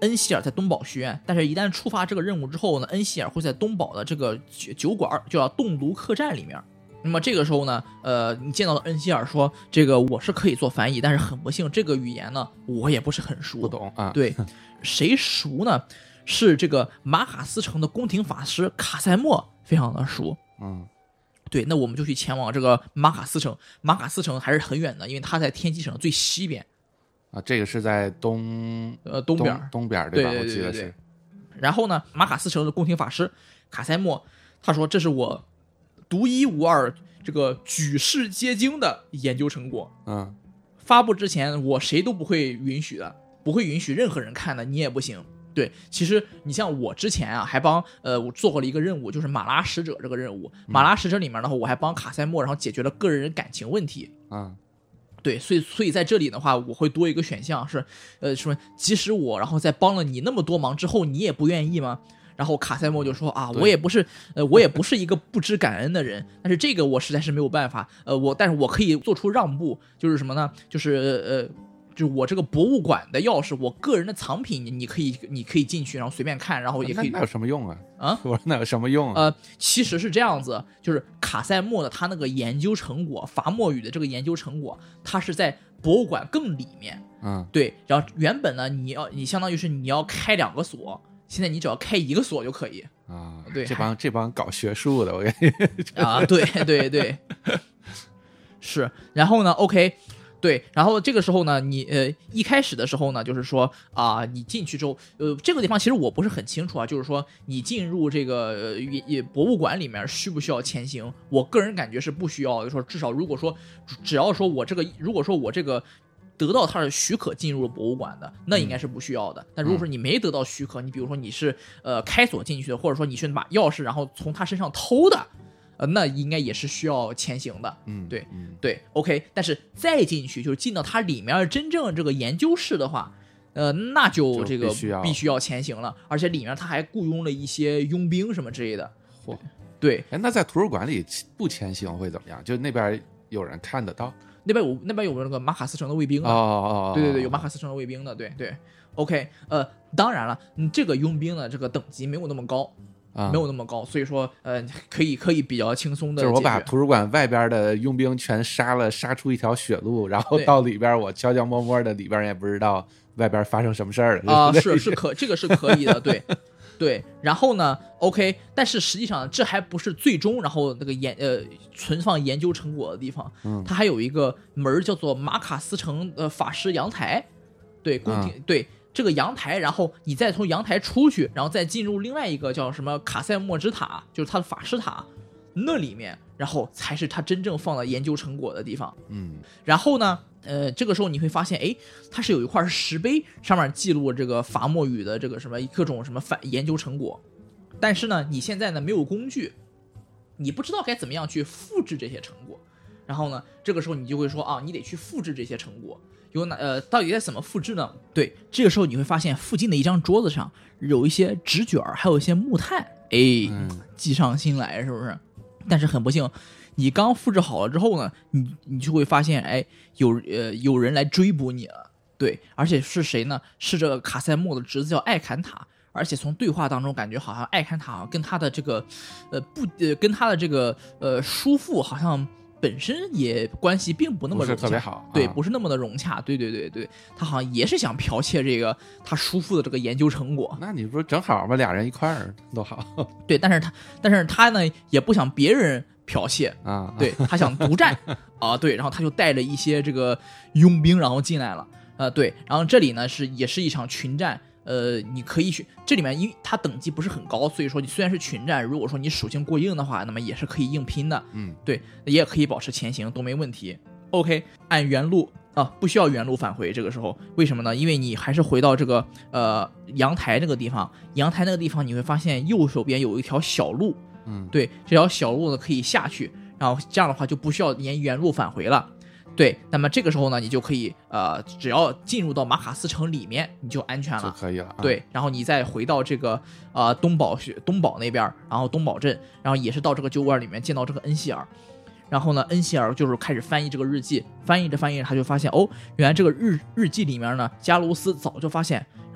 Speaker 2: 恩希尔在东宝学院，但是一旦触发这个任务之后呢，恩希尔会在东宝的这个酒酒馆，就叫冻炉客栈里面。那么这个时候呢，呃，你见到的恩希尔说，这个我是可以做翻译，但是很不幸，这个语言呢，我也不是很熟，
Speaker 1: 不懂啊。
Speaker 2: 对，谁熟呢？是这个马卡斯城的宫廷法师卡塞莫非常的熟。
Speaker 1: 嗯，
Speaker 2: 对，那我们就去前往这个马卡斯城。马卡斯城还是很远的，因为它在天际省最西边。
Speaker 1: 啊，这个是在东
Speaker 2: 呃东边
Speaker 1: 东东边对吧？
Speaker 2: 对对对对对
Speaker 1: 我记得是。
Speaker 2: 然后呢，马卡斯城的宫廷法师卡塞莫他说：“这是我独一无二、这个举世皆惊的研究成果。
Speaker 1: 嗯，
Speaker 2: 发布之前我谁都不会允许的，不会允许任何人看的，你也不行。”对，其实你像我之前啊，还帮呃我做过了一个任务，就是马拉使者这个任务。马拉使者里面的话，我还帮卡塞莫，然后解决了个人感情问题。
Speaker 1: 嗯，
Speaker 2: 对，所以所以在这里的话，我会多一个选项是，呃，说即使我然后在帮了你那么多忙之后，你也不愿意吗？然后卡塞莫就说啊，我也不是，呃，我也不是一个不知感恩的人，但是这个我实在是没有办法，呃，我但是我可以做出让步，就是什么呢？就是呃。就是我这个博物馆的钥匙，我个人的藏品，你可以你可以进去，然后随便看，然后也可以。
Speaker 1: 那有什么用啊？
Speaker 2: 啊，
Speaker 1: 我说那有什么用啊？
Speaker 2: 呃，其实是这样子，就是卡塞莫的他那个研究成果，伐莫语的这个研究成果，它是在博物馆更里面。
Speaker 1: 嗯，
Speaker 2: 对。然后原本呢，你要你相当于是你要开两个锁，现在你只要开一个锁就可以。
Speaker 1: 啊，
Speaker 2: 对，
Speaker 1: 这帮这帮搞学术的，我跟你
Speaker 2: 啊，对对对，是。然后呢 ，OK。对，然后这个时候呢，你呃一开始的时候呢，就是说啊、呃，你进去之后，呃，这个地方其实我不是很清楚啊，就是说你进入这个呃也博物馆里面需不需要签行？我个人感觉是不需要，就说至少如果说只要说我这个，如果说我这个得到他的许可进入了博物馆的，那应该是不需要的。嗯、但如果说你没得到许可，你比如说你是呃开锁进去的，或者说你是把钥匙然后从他身上偷的。呃，那应该也是需要签行的，
Speaker 1: 嗯，
Speaker 2: 对，
Speaker 1: 嗯，
Speaker 2: 对 ，OK。但是再进去，就是进到它里面真正这个研究室的话，呃，那就这个
Speaker 1: 必须要
Speaker 2: 必须要签行了，而且里面他还雇佣了一些佣兵什么之类的。
Speaker 1: 嚯，
Speaker 2: 对，
Speaker 1: 哎，那在图书馆里不签行会怎么样？就那边有人看得到？
Speaker 2: 那边有那边有那个马卡斯城的卫兵
Speaker 1: 哦哦哦，
Speaker 2: 对对对，有马卡斯城的卫兵的，对对 ，OK。呃，当然了，嗯，这个佣兵的这个等级没有那么高。
Speaker 1: 啊、
Speaker 2: 没有那么高，所以说，呃，可以可以比较轻松的。
Speaker 1: 就是我把图书馆外边的佣兵全杀了，杀出一条血路，然后到里边我悄悄摸摸的，里边也不知道外边发生什么事儿了。
Speaker 2: 啊、呃，是是可这个是可以的，对对。然后呢 ，OK， 但是实际上这还不是最终，然后那个研呃存放研究成果的地方，
Speaker 1: 嗯，
Speaker 2: 它还有一个门叫做马卡斯城呃法师阳台，对，宫廷、嗯、对。这个阳台，然后你再从阳台出去，然后再进入另外一个叫什么卡塞莫之塔，就是他的法师塔，那里面，然后才是他真正放了研究成果的地方。
Speaker 1: 嗯，
Speaker 2: 然后呢，呃，这个时候你会发现，哎，它是有一块石碑，上面记录这个伐莫语的这个什么各种什么反研究成果，但是呢，你现在呢没有工具，你不知道该怎么样去复制这些成果。然后呢，这个时候你就会说啊，你得去复制这些成果。有哪呃，到底该怎么复制呢？对，这个时候你会发现附近的一张桌子上有一些纸卷，还有一些木炭，哎，计上心来，是不是？但是很不幸，你刚复制好了之后呢，你你就会发现，哎，有呃有人来追捕你了，对，而且是谁呢？是这个卡塞莫的侄子叫艾坎塔。而且从对话当中感觉好像艾坎塔跟他的这个呃不呃跟他的这个呃叔父好像本身也关系并不那么融洽，
Speaker 1: 不是特别好，
Speaker 2: 对，
Speaker 1: 啊、
Speaker 2: 不是那么的融洽，对对对对，他好像也是想剽窃这个他叔父的这个研究成果。
Speaker 1: 那你不是正好吗？俩人一块儿多好。
Speaker 2: 对，但是他但是他呢也不想别人剽窃
Speaker 1: 啊，
Speaker 2: 对他想独占啊，对，然后他就带着一些这个佣兵然后进来了，呃，对，然后这里呢是也是一场群战。呃，你可以去这里面，因为它等级不是很高，所以说你虽然是群战，如果说你属性过硬的话，那么也是可以硬拼的。
Speaker 1: 嗯，
Speaker 2: 对，也可以保持前行，都没问题。OK， 按原路啊，不需要原路返回。这个时候为什么呢？因为你还是回到这个呃阳台那个地方，阳台那个地方你会发现右手边有一条小路。
Speaker 1: 嗯，
Speaker 2: 对，这条小路呢可以下去，然后这样的话就不需要沿原路返回了。对，那么这个时候呢，你就可以呃，只要进入到马卡斯城里面，你就安全了，
Speaker 1: 就可以了、啊。
Speaker 2: 对，然后你再回到这个呃东宝东宝那边，然后东宝镇，然后也是到这个酒馆里面见到这个恩希尔，然后呢，恩希尔就是开始翻译这个日记，翻译着翻译着，他就发现哦，原来这个日日记里面呢，加卢斯早就发现，然后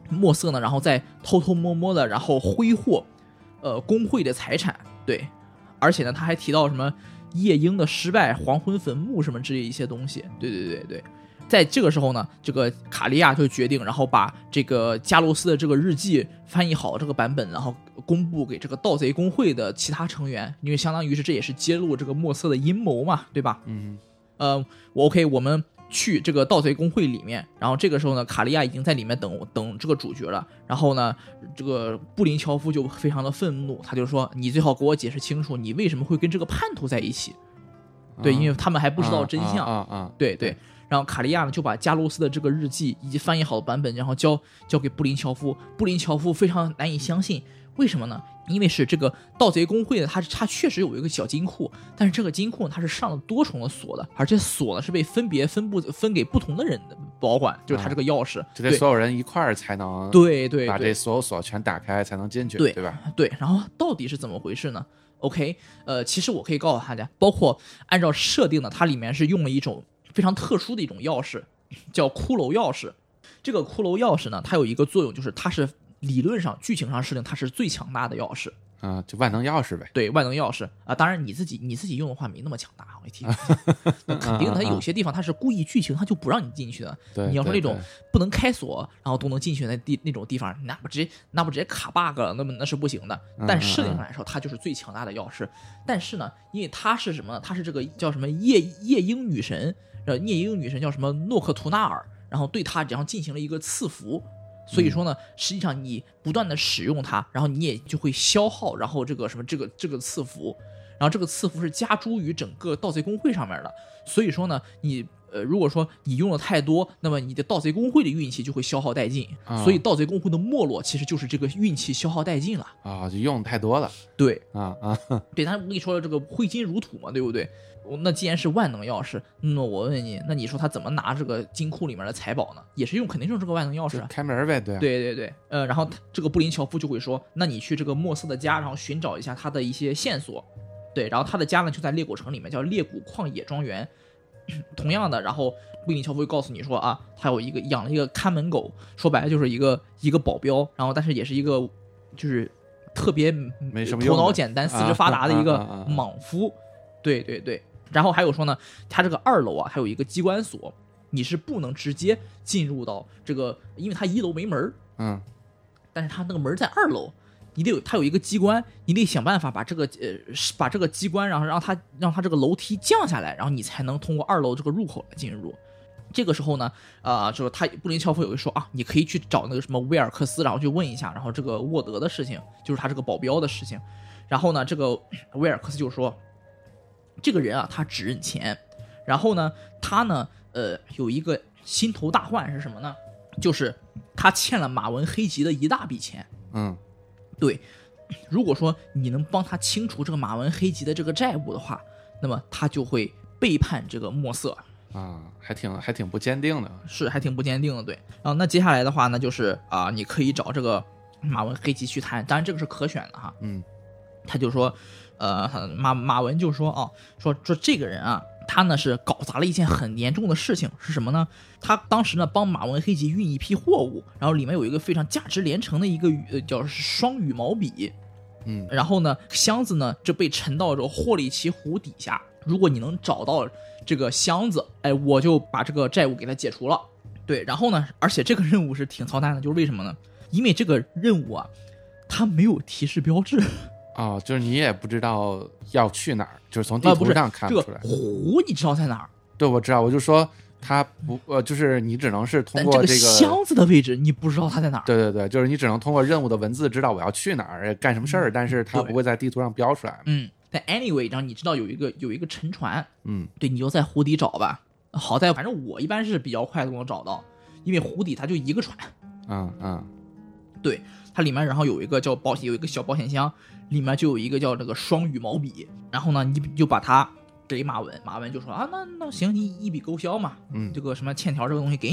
Speaker 2: 墨色呢，然后再偷偷摸摸的，然后挥霍，呃，工会的财产，对，而且呢，他还提到什么夜莺的失败、黄昏坟墓什么之类一些东西，对对对对。在这个时候呢，这个卡利亚就决定，然后把这个加罗斯的这个日记翻译好这个版本，然后公布给这个盗贼工会的其他成员，因为相当于是这也是揭露这个墨色的阴谋嘛，对吧？
Speaker 1: 嗯，
Speaker 2: 呃，我 OK，我们去这个盗贼工会里面，然后这个时候呢，卡利亚已经在里面等等这个主角了。然后呢，这个布林乔夫就非常的愤怒，他就说：“你最好给我解释清楚，你为什么会跟这个叛徒在一起？”对，因为他们还不知道真相。
Speaker 1: 啊啊啊！
Speaker 2: 对对。然后卡利亚呢就把加罗斯的这个日记以及翻译好的版本，然后交交给布林乔夫。布林乔夫非常难以相信，为什么呢？因为是这个盗贼工会的，它它确实有一个小金库，但是这个金库它是上了多重的锁的，而且锁呢是被分别分布分给不同的人的保管，就是它这个钥匙，
Speaker 1: 就得所有人一块儿才能
Speaker 2: 对对
Speaker 1: 把这所有锁全打开才能进去，
Speaker 2: 对
Speaker 1: 对吧？
Speaker 2: 对，然后到底是怎么回事呢？OK， 呃，其实我可以告诉大家，包括按照设定呢，它里面是用了一种非常特殊的一种钥匙，叫骷髅钥匙。这个骷髅钥匙呢，它有一个作用，就是它是理论上、剧情上设定它是最强大的钥匙。
Speaker 1: 啊，就万能钥匙呗。
Speaker 2: 对，万能钥匙啊，当然你自己你自己用的话没那么强大，我提。那肯定它有些地方它是故意剧情，它就不让你进去的。
Speaker 1: 对，
Speaker 2: 你要说那种
Speaker 1: 对
Speaker 2: 不能开锁，然后都能进去那地那种地方，那不直接那不直接卡 bug 了，那么那是不行的。但设定上来说，它就是最强大的钥匙。但是呢，因为它是什么呢？它是这个叫什么夜夜莺女神，呃，夜莺女神叫什么诺克图纳尔，然后对它然后进行了一个赐福。所以说呢，实际上你不断的使用它，然后你也就会消耗，然后这个什么这个这个赐福，然后这个赐福是加诸于整个盗贼工会上面的。所以说呢，你呃如果说你用的太多，那么你的盗贼工会的运气就会消耗殆尽。
Speaker 1: 啊、
Speaker 2: 所以盗贼工会的没落其实就是这个运气消耗殆尽了
Speaker 1: 啊，就用太多了。
Speaker 2: 对
Speaker 1: 啊啊，
Speaker 2: 对，他跟你说了这个挥金如土嘛，对不对？那既然是万能钥匙，那我问你，那你说他怎么拿这个金库里面的财宝呢？也是用，肯定是用这个万能钥匙、啊、
Speaker 1: 开门呗，对、啊、
Speaker 2: 对对对，呃，然后这个布林乔夫就会说，那你去这个莫斯的家，然后寻找一下他的一些线索。对，然后他的家呢就在裂谷城里面，叫裂谷旷野庄园。同样的，然后布林乔夫会告诉你说啊，他有一个养了一个看门狗，说白了就是一个一个保镖，然后但是也是一个就是特别
Speaker 1: 没什么
Speaker 2: 头脑简单、四肢发达的一个
Speaker 1: 啊
Speaker 2: 莽夫。对对对。然后还有说呢，它这个二楼啊，还有一个机关锁，你是不能直接进入到这个，因为它一楼没门，
Speaker 1: 嗯，
Speaker 2: 但是它那个门在二楼，你得有它有一个机关，你得想办法把这个呃把这个机关，然后让它让它这个楼梯降下来，然后你才能通过二楼这个入口来进入。这个时候呢，啊、呃，就是他布林乔夫有一说啊，你可以去找那个什么威尔克斯，然后去问一下，然后这个沃德的事情，就是他这个保镖的事情。然后呢，这个威尔克斯就说。这个人啊，他只认钱，然后呢，他呢，呃，有一个心头大患是什么呢？就是他欠了马文黑吉的一大笔钱。
Speaker 1: 嗯，
Speaker 2: 对，如果说你能帮他清除这个马文黑吉的这个债务的话，那么他就会背叛这个墨色
Speaker 1: 啊，还挺还挺不坚定的，
Speaker 2: 是还挺不坚定的。对，然后那接下来的话呢，就是啊、呃，你可以找这个马文黑吉去谈，当然这个是可选的哈。
Speaker 1: 嗯，
Speaker 2: 他就说。呃，马马文就说啊，说说这个人啊，他呢是搞砸了一件很严重的事情，是什么呢？他当时呢帮马文黑吉运一批货物，然后里面有一个非常价值连城的一个呃叫双羽毛笔，
Speaker 1: 嗯，
Speaker 2: 然后呢箱子呢就被沉到这个霍利奇湖底下。如果你能找到这个箱子，哎，我就把这个债务给他解除了。对，然后呢，而且这个任务是挺操蛋的，就是为什么呢？因为这个任务啊，它没有提示标志。
Speaker 1: 哦，就是你也不知道要去哪儿，就是从地图上看不出来。
Speaker 2: 这个湖你知道在哪儿？
Speaker 1: 对，我知道，我就说它不呃，就是你只能是通过
Speaker 2: 这个箱子的位置，你不知道它在哪儿。
Speaker 1: 对对对，就是你只能通过任务的文字知道我要去哪儿干什么事儿、嗯，但是它不会在地图上标出来。
Speaker 2: 嗯，但 anyway， 然后你知道有一个有一个沉船，
Speaker 1: 嗯，
Speaker 2: 对，你就在湖底找吧。好在反正我一般是比较快都能找到，因为湖底它就一个船。
Speaker 1: 嗯嗯，
Speaker 2: 对，它里面然后有一个叫保险，有一个小保险箱。里面就有一个叫这个双羽毛笔，然后呢，你就把它给马文，马文就说啊，那那行，一一笔勾销嘛，
Speaker 1: 嗯，
Speaker 2: 这个什么欠条这个东西给你。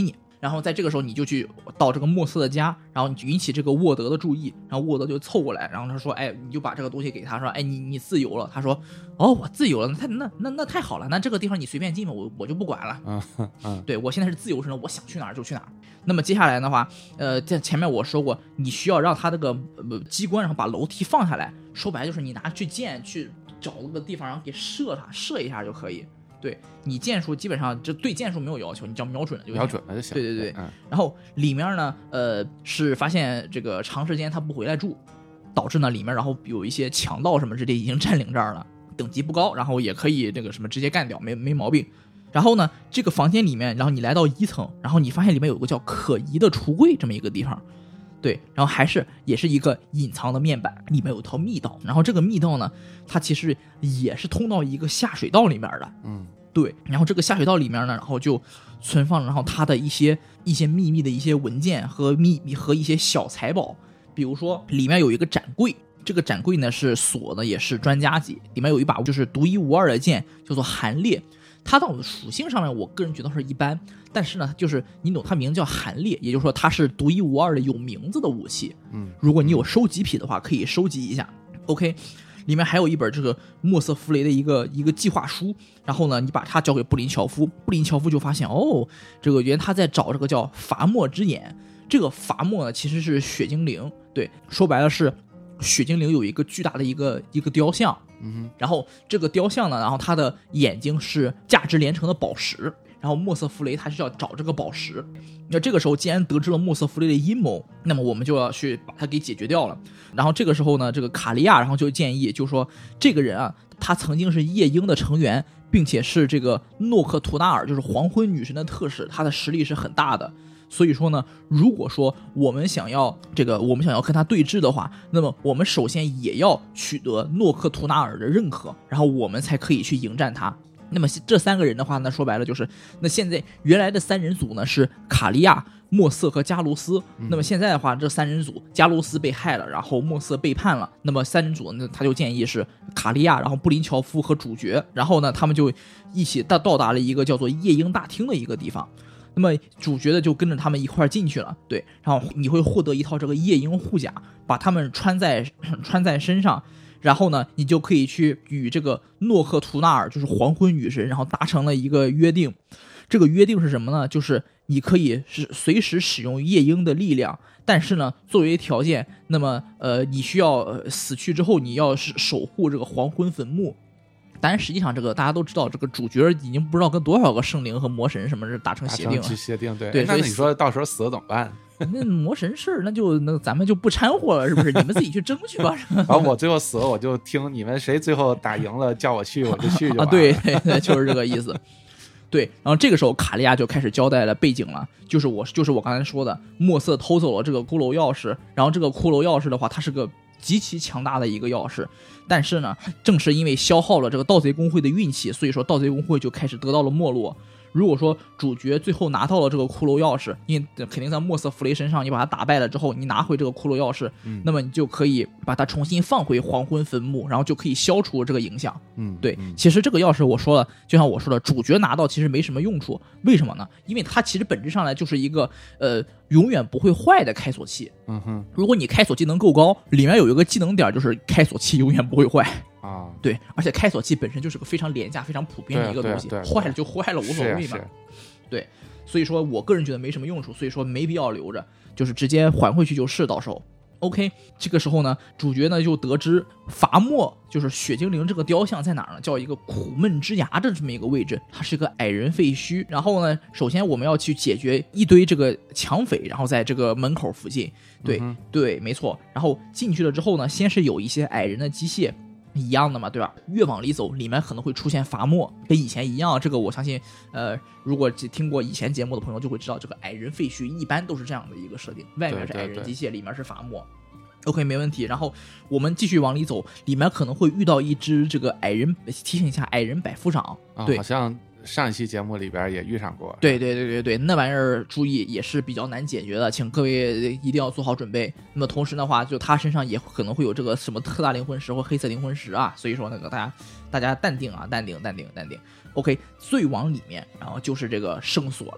Speaker 2: 然后在这个时候你就去到这个莫瑟的家，然后你引起这个沃德的注意，然后沃德就凑过来，然后他说，哎，你就把这个东西给他，说，哎，你你自由了。他说，哦，我自由了，那那那那太好了，那这个地方你随便进吧，我我就不管了。
Speaker 1: 嗯嗯，
Speaker 2: 对，我现在是自由身，我想去哪儿就去哪儿。那么接下来的话，呃，在前面我说过，你需要让他这个、呃、机关，然后把楼梯放下来，说白了就是你拿去剑去找那个地方，然后给射它，射一下就可以。对，你剑术基本上就对剑术没有要求，你只要瞄准了就行。
Speaker 1: 瞄准了就行。
Speaker 2: 对对对，
Speaker 1: 嗯。
Speaker 2: 然后里面呢，呃，是发现这个长时间他不回来住，导致呢里面然后有一些强盗什么之类已经占领这儿了，等级不高，然后也可以这个什么直接干掉，没没毛病。然后呢，这个房间里面，然后你来到一层，然后你发现里面有个叫可疑的橱柜这么一个地方。对，然后还是也是一个隐藏的面板，里面有一条密道，然后这个密道呢，它其实也是通到一个下水道里面的。
Speaker 1: 嗯，
Speaker 2: 对，然后这个下水道里面呢，然后就存放，然后它的一些一些秘密的一些文件和秘密和一些小财宝，比如说里面有一个展柜，这个展柜呢是锁的，也是专家级，里面有一把就是独一无二的剑，叫做寒烈。它到属性上面，我个人觉得是一般，但是呢，就是你懂，它名字叫寒烈，也就是说它是独一无二的有名字的武器。
Speaker 1: 嗯，
Speaker 2: 如果你有收集癖的话，可以收集一下。OK， 里面还有一本这个莫瑟弗雷的一个一个计划书，然后呢，你把它交给布林乔夫，布林乔夫就发现哦，这个原来他在找这个叫伐莫之眼，这个伐莫呢其实是血精灵，对，说白了是血精灵有一个巨大的一个一个雕像。
Speaker 1: 嗯，
Speaker 2: 然后这个雕像呢，然后他的眼睛是价值连城的宝石，然后莫瑟弗雷他是要找这个宝石。那这个时候既然得知了莫瑟弗雷的阴谋，那么我们就要去把它给解决掉了。然后这个时候呢，这个卡利亚然后就建议，就说这个人啊，他曾经是夜鹰的成员，并且是这个诺克图纳尔就是黄昏女神的特使，他的实力是很大的。所以说呢，如果说我们想要这个，我们想要跟他对峙的话，那么我们首先也要取得诺克图纳尔的认可，然后我们才可以去迎战他。那么这三个人的话呢，说白了就是，那现在原来的三人组呢是卡利亚、莫瑟和加卢斯。那么现在的话，这三人组，加卢斯被害了，然后莫瑟背叛了。那么三人组呢，他就建议是卡利亚，然后布林乔夫和主角，然后呢，他们就一起到到达了一个叫做夜鹰大厅的一个地方。那么主角的就跟着他们一块进去了，对，然后你会获得一套这个夜鹰护甲，把他们穿在穿在身上，然后呢，你就可以去与这个诺克图纳尔，就是黄昏女神，然后达成了一个约定。这个约定是什么呢？就是你可以是随时使用夜鹰的力量，但是呢，作为条件，那么呃，你需要、呃、死去之后，你要是守护这个黄昏坟墓。当然，实际上这个大家都知道，这个主角已经不知道跟多少个圣灵和魔神什么是达成协定了。
Speaker 1: 协定，对。
Speaker 2: 对，
Speaker 1: 那你说到时候死了怎么办？
Speaker 2: 那魔神事那就那咱们就不掺和了，是不是？你们自己去争去吧。
Speaker 1: 然后我最后死了，我就听你们谁最后打赢了，叫我去，我就去就完了。
Speaker 2: 啊，对对对，就是这个意思。对，然后这个时候卡利亚就开始交代了背景了，就是我就是我刚才说的，莫瑟偷走了这个骷髅钥匙，然后这个骷髅钥匙的话，它是个极其强大的一个钥匙，但是呢，正是因为消耗了这个盗贼工会的运气，所以说盗贼工会就开始得到了没落。如果说主角最后拿到了这个骷髅钥匙，因为肯定在莫瑟弗雷身上，你把他打败了之后，你拿回这个骷髅钥匙，
Speaker 1: 嗯、
Speaker 2: 那么你就可以把它重新放回黄昏坟墓，然后就可以消除这个影响。
Speaker 1: 嗯，
Speaker 2: 对，
Speaker 1: 嗯、
Speaker 2: 其实这个钥匙我说了，就像我说的，主角拿到其实没什么用处，为什么呢？因为它其实本质上来就是一个呃永远不会坏的开锁器。
Speaker 1: 嗯哼，
Speaker 2: 如果你开锁技能够高，里面有一个技能点就是开锁器永远不会坏。
Speaker 1: 啊，
Speaker 2: 对，而且开锁器本身就是个非常廉价、非常普遍的一个东西，坏了就坏了，无所谓嘛。对，所以说我个人觉得没什么用处，所以说没必要留着，就是直接还回去就是，到时候。OK， 这个时候呢，主角呢就得知伐莫就是血精灵这个雕像在哪儿呢？叫一个苦闷之崖的这么一个位置，它是一个矮人废墟。然后呢，首先我们要去解决一堆这个抢匪，然后在这个门口附近，对、
Speaker 1: 嗯、
Speaker 2: 对，没错。然后进去了之后呢，先是有一些矮人的机械。一样的嘛，对吧？越往里走，里面可能会出现伐莫，跟以前一样。这个我相信，呃，如果听过以前节目的朋友就会知道，这个矮人废墟一般都是这样的一个设定，外面是矮人机械，里面是伐莫。OK， 没问题。然后我们继续往里走，里面可能会遇到一只这个矮人，提醒一下，矮人百夫长，
Speaker 1: 啊、
Speaker 2: 对，
Speaker 1: 好像上一期节目里边也遇上过。
Speaker 2: 对对对对对，那玩意儿注意也是比较难解决的，请各位一定要做好准备。那么同时的话，就他身上也可能会有这个什么特大灵魂石或黑色灵魂石啊，所以说那个大家大家淡定啊，淡定淡定淡定。OK， 最往里面，然后就是这个圣所了。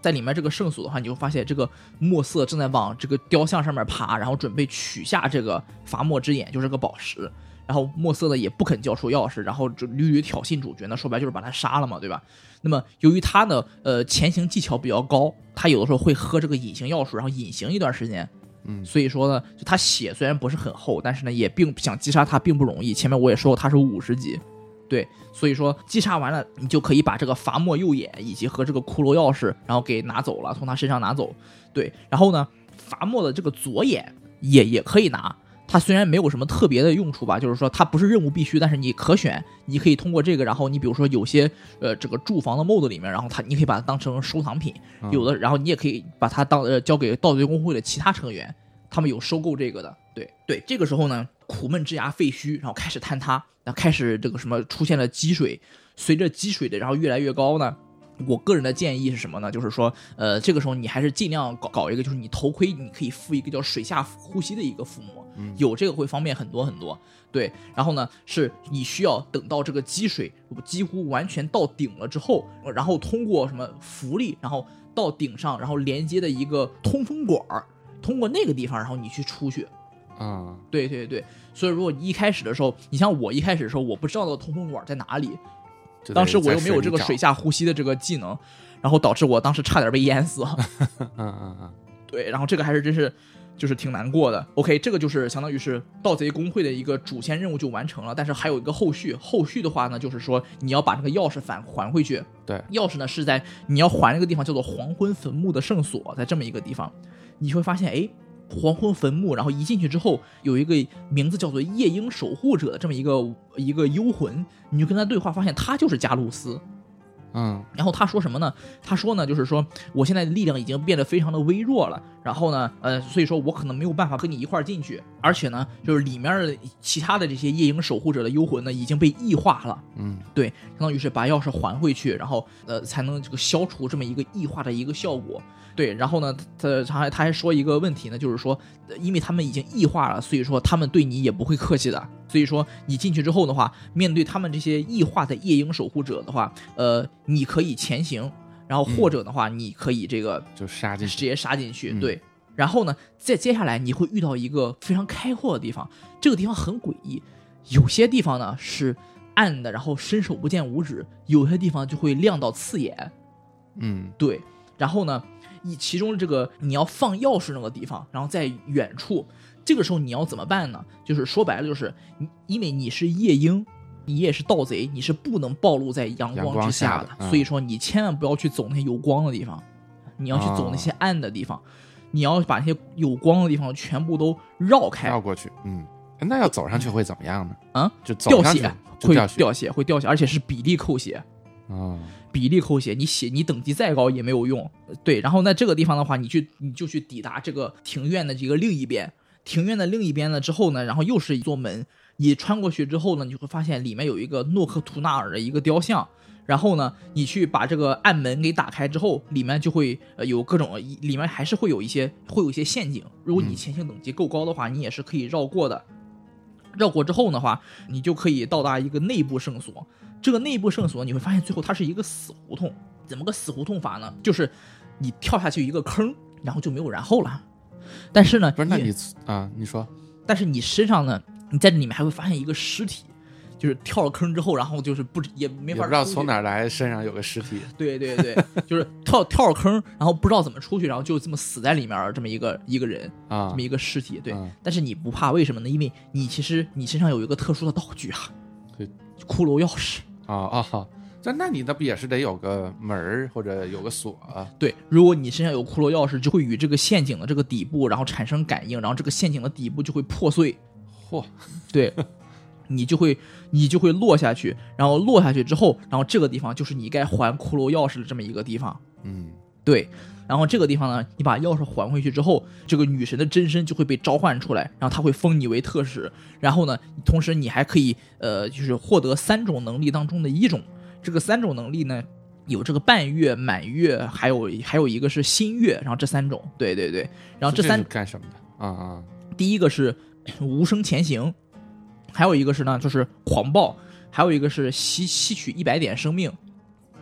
Speaker 2: 在里面这个圣所的话，你就发现这个墨色正在往这个雕像上面爬，然后准备取下这个伐墨之眼，就是个宝石。然后墨色呢也不肯交出钥匙，然后就屡屡挑衅主角，那说白就是把他杀了嘛，对吧？那么由于他呢，呃，前行技巧比较高，他有的时候会喝这个隐形药水，然后隐形一段时间。
Speaker 1: 嗯，
Speaker 2: 所以说呢，就他血虽然不是很厚，但是呢，也并想击杀他并不容易。前面我也说过，他是五十级，对，所以说击杀完了，你就可以把这个伐墨右眼以及和这个骷髅钥匙，然后给拿走了，从他身上拿走。对，然后呢，伐墨的这个左眼也也可以拿。它虽然没有什么特别的用处吧，就是说它不是任务必须，但是你可选，你可以通过这个，然后你比如说有些呃这个住房的 mod 里面，然后它你可以把它当成收藏品，有的，然后你也可以把它当呃交给盗贼公会的其他成员，他们有收购这个的，对对，这个时候呢，苦闷之崖废墟，然后开始坍塌，然后开始这个什么出现了积水，随着积水的然后越来越高呢。我个人的建议是什么呢？就是说，呃，这个时候你还是尽量搞搞一个，就是你头盔你可以附一个叫水下呼吸的一个附膜，有这个会方便很多很多。对，然后呢，是你需要等到这个积水几乎完全到顶了之后，然后通过什么浮力，然后到顶上，然后连接的一个通风管，通过那个地方，然后你去出去。
Speaker 1: 啊，
Speaker 2: 对对对，所以如果一开始的时候，你像我一开始的时候，我不知道的通风管在哪里。当时我又没有这个水下呼吸的这个技能，然后导致我当时差点被淹死。
Speaker 1: 嗯嗯嗯，
Speaker 2: 对，然后这个还是真是就是挺难过的。OK， 这个就是相当于是盗贼公会的一个主线任务就完成了，但是还有一个后续。后续的话呢，就是说你要把这个钥匙返还回去。
Speaker 1: 对，
Speaker 2: 钥匙呢是在你要还那个地方叫做黄昏坟墓的圣所，在这么一个地方，你会发现，哎。黄昏坟墓，然后一进去之后，有一个名字叫做夜鹰守护者的这么一个一个幽魂，你就跟他对话，发现他就是加路斯。
Speaker 1: 嗯，
Speaker 2: 然后他说什么呢？他说呢，就是说我现在的力量已经变得非常的微弱了，然后呢，呃，所以说我可能没有办法跟你一块儿进去，而且呢，就是里面的其他的这些夜鹰守护者的幽魂呢，已经被异化了。
Speaker 1: 嗯，
Speaker 2: 对，相当于是把钥匙还回去，然后呃，才能这个消除这么一个异化的一个效果。对，然后呢，他他还他还说一个问题呢，就是说，因为他们已经异化了，所以说他们对你也不会客气的。所以说你进去之后的话，面对他们这些异化的夜鹰守护者的话，呃，你可以前行，然后或者的话，嗯、你可以这个
Speaker 1: 就杀进去，
Speaker 2: 直接杀进去。
Speaker 1: 嗯、
Speaker 2: 对，然后呢，再接下来你会遇到一个非常开阔的地方，这个地方很诡异，有些地方呢是暗的，然后伸手不见五指，有些地方就会亮到刺眼。
Speaker 1: 嗯，
Speaker 2: 对，然后呢？其中这个你要放钥匙那个地方，然后在远处，这个时候你要怎么办呢？就是说白了，就是因为你是夜鹰，你也是盗贼，你是不能暴露在阳光之下的，
Speaker 1: 阳光下的嗯、
Speaker 2: 所以说你千万不要去走那些有光的地方，你要去走那些暗的地方，哦、你要把那些有光的地方全部都绕开，
Speaker 1: 绕过去。嗯，那要走上去会怎么样呢？
Speaker 2: 啊，
Speaker 1: 就走上去
Speaker 2: 掉血，
Speaker 1: 就
Speaker 2: 会
Speaker 1: 掉血，
Speaker 2: 掉血，会掉血，而且是比例扣血。
Speaker 1: 哦，
Speaker 2: 比例扣血，你血你等级再高也没有用。对，然后在这个地方的话，你去你就去抵达这个庭院的这个另一边，庭院的另一边呢之后呢，然后又是一座门，你穿过去之后呢，你就会发现里面有一个诺克图纳尔的一个雕像。然后呢，你去把这个暗门给打开之后，里面就会呃有各种，里面还是会有一些会有一些陷阱。如果你前行等级够高的话，你也是可以绕过的。绕过之后的话，你就可以到达一个内部圣所。这个内部圣所你会发现最后它是一个死胡同。怎么个死胡同法呢？就是你跳下去一个坑，然后就没有然后了。但是呢，
Speaker 1: 不是那你啊，你说，
Speaker 2: 但是你身上呢，你在这里面还会发现一个尸体，就是跳了坑之后，然后就是不也没法，
Speaker 1: 也不知道从哪儿来，身上有个尸体。
Speaker 2: 对对对，就是跳跳了坑，然后不知道怎么出去，然后就这么死在里面，这么一个一个人啊，这么一个尸体。对、啊，但是你不怕，为什么呢？因为你其实你身上有一个特殊的道具啊，
Speaker 1: 对，
Speaker 2: 骷髅钥匙。
Speaker 1: 啊啊！这那你那不也是得有个门或者有个锁啊？
Speaker 2: 对，如果你身上有骷髅钥匙，就会与这个陷阱的这个底部，然后产生感应，然后这个陷阱的底部就会破碎。
Speaker 1: 嚯！
Speaker 2: 对，你就会你就会落下去，然后落下去之后，然后这个地方就是你该还骷髅钥匙的这么一个地方。
Speaker 1: 嗯，
Speaker 2: 对。然后这个地方呢，你把钥匙还回去之后，这个女神的真身就会被召唤出来，然后她会封你为特使。然后呢，同时你还可以呃，就是获得三种能力当中的一种。这个三种能力呢，有这个半月、满月，还有还有一个是新月。然后这三种，对对对。然后这三
Speaker 1: 这是干什么的？啊啊！
Speaker 2: 第一个是无声前行，还有一个是呢就是狂暴，还有一个是吸吸取一百点生命。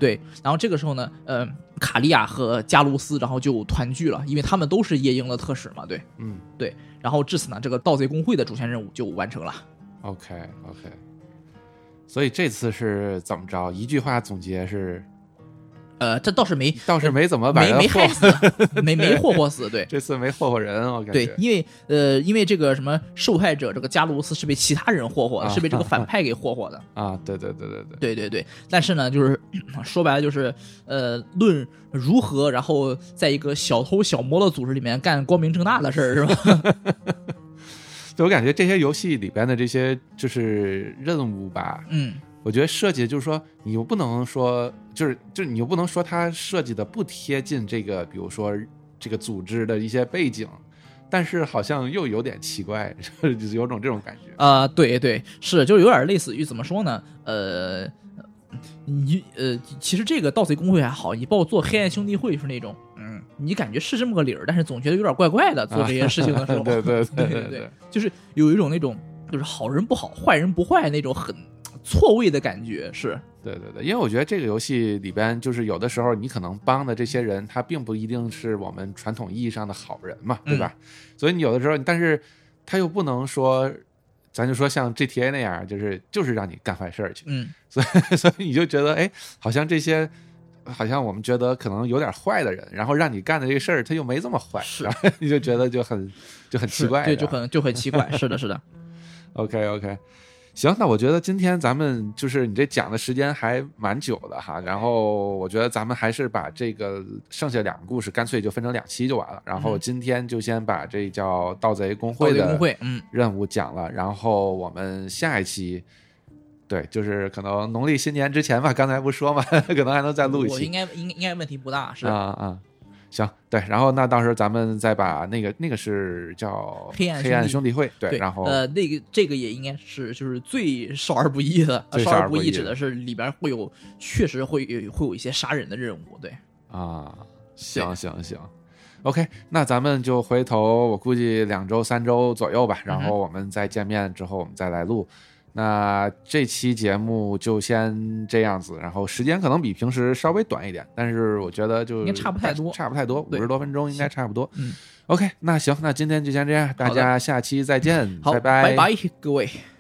Speaker 2: 对，然后这个时候呢，呃，卡利亚和加卢斯然后就团聚了，因为他们都是夜鹰的特使嘛，对，
Speaker 1: 嗯，
Speaker 2: 对，然后至此呢，这个盗贼工会的主线任务就完成了。
Speaker 1: OK OK， 所以这次是怎么着？一句话总结是。
Speaker 2: 呃，这倒是没，
Speaker 1: 倒是没怎么把人
Speaker 2: 没没害死，没没霍霍死，对，
Speaker 1: 这次没霍霍人，我感觉。
Speaker 2: 对，因为呃，因为这个什么受害者这个加卢斯是被其他人霍霍的，
Speaker 1: 啊、
Speaker 2: 是被这个反派给霍霍的
Speaker 1: 啊，对对对对
Speaker 2: 对，对对对。但是呢，就是说白了就是呃，论如何然后在一个小偷小摸的组织里面干光明正大的事儿，是吧？
Speaker 1: 对，我感觉这些游戏里边的这些就是任务吧，
Speaker 2: 嗯。
Speaker 1: 我觉得设计就是说，你又不能说，就是就是你又不能说它设计的不贴近这个，比如说这个组织的一些背景，但是好像又有点奇怪，就是有种这种感觉。
Speaker 2: 啊、呃，对对，是，就有点类似于怎么说呢？呃，你呃，其实这个盗贼工会还好，你包括做黑暗兄弟会是那种，嗯，你感觉是这么个理儿，但是总觉得有点怪怪的，做这些事情的时候，
Speaker 1: 啊、对对对
Speaker 2: 对对对，就是有一种那种就是好人不好，坏人不坏那种很。错位的感觉是，
Speaker 1: 对对对，因为我觉得这个游戏里边，就是有的时候你可能帮的这些人，他并不一定是我们传统意义上的好人嘛，对吧？嗯、所以你有的时候，但是他又不能说，咱就说像 G T A 那样，就是就是让你干坏事去，
Speaker 2: 嗯，
Speaker 1: 所以所以你就觉得，哎，好像这些。好像我们觉得可能有点坏的人，然后让你干的这个事儿，他又没这么坏，
Speaker 2: 是，
Speaker 1: 然后你就觉得就很就很奇怪，
Speaker 2: 对，就很就很奇怪，是的，是的。
Speaker 1: OK OK。行，那我觉得今天咱们就是你这讲的时间还蛮久的哈，然后我觉得咱们还是把这个剩下两个故事干脆就分成两期就完了，然后今天就先把这叫盗贼工会的任务讲了，然后我们下一期对，就是可能农历新年之前吧，刚才不说嘛，可能还能再录一期，
Speaker 2: 我应该应应该问题不大，是
Speaker 1: 啊啊。行，对，然后那到时候咱们再把那个那个是叫
Speaker 2: 黑暗
Speaker 1: 黑暗兄弟会，对，
Speaker 2: 对，
Speaker 1: 然后
Speaker 2: 呃，那个这个也应该是就是最少儿不宜的，
Speaker 1: 最
Speaker 2: 少儿不
Speaker 1: 儿宜
Speaker 2: 指的是里边会有确实会有会有一些杀人的任务，对
Speaker 1: 啊，行行行 ，OK， 那咱们就回头我估计两周三周左右吧，然后我们再见面之后我们再来录。那这期节目就先这样子，然后时间可能比平时稍微短一点，但是我觉得就
Speaker 2: 应该差不太多，
Speaker 1: 差不太多，五十多分钟应该差不多。
Speaker 2: 嗯
Speaker 1: ，OK， 那行，那今天就先这样，大家下期再见，
Speaker 2: 好，
Speaker 1: 拜拜，
Speaker 2: 拜拜，各位。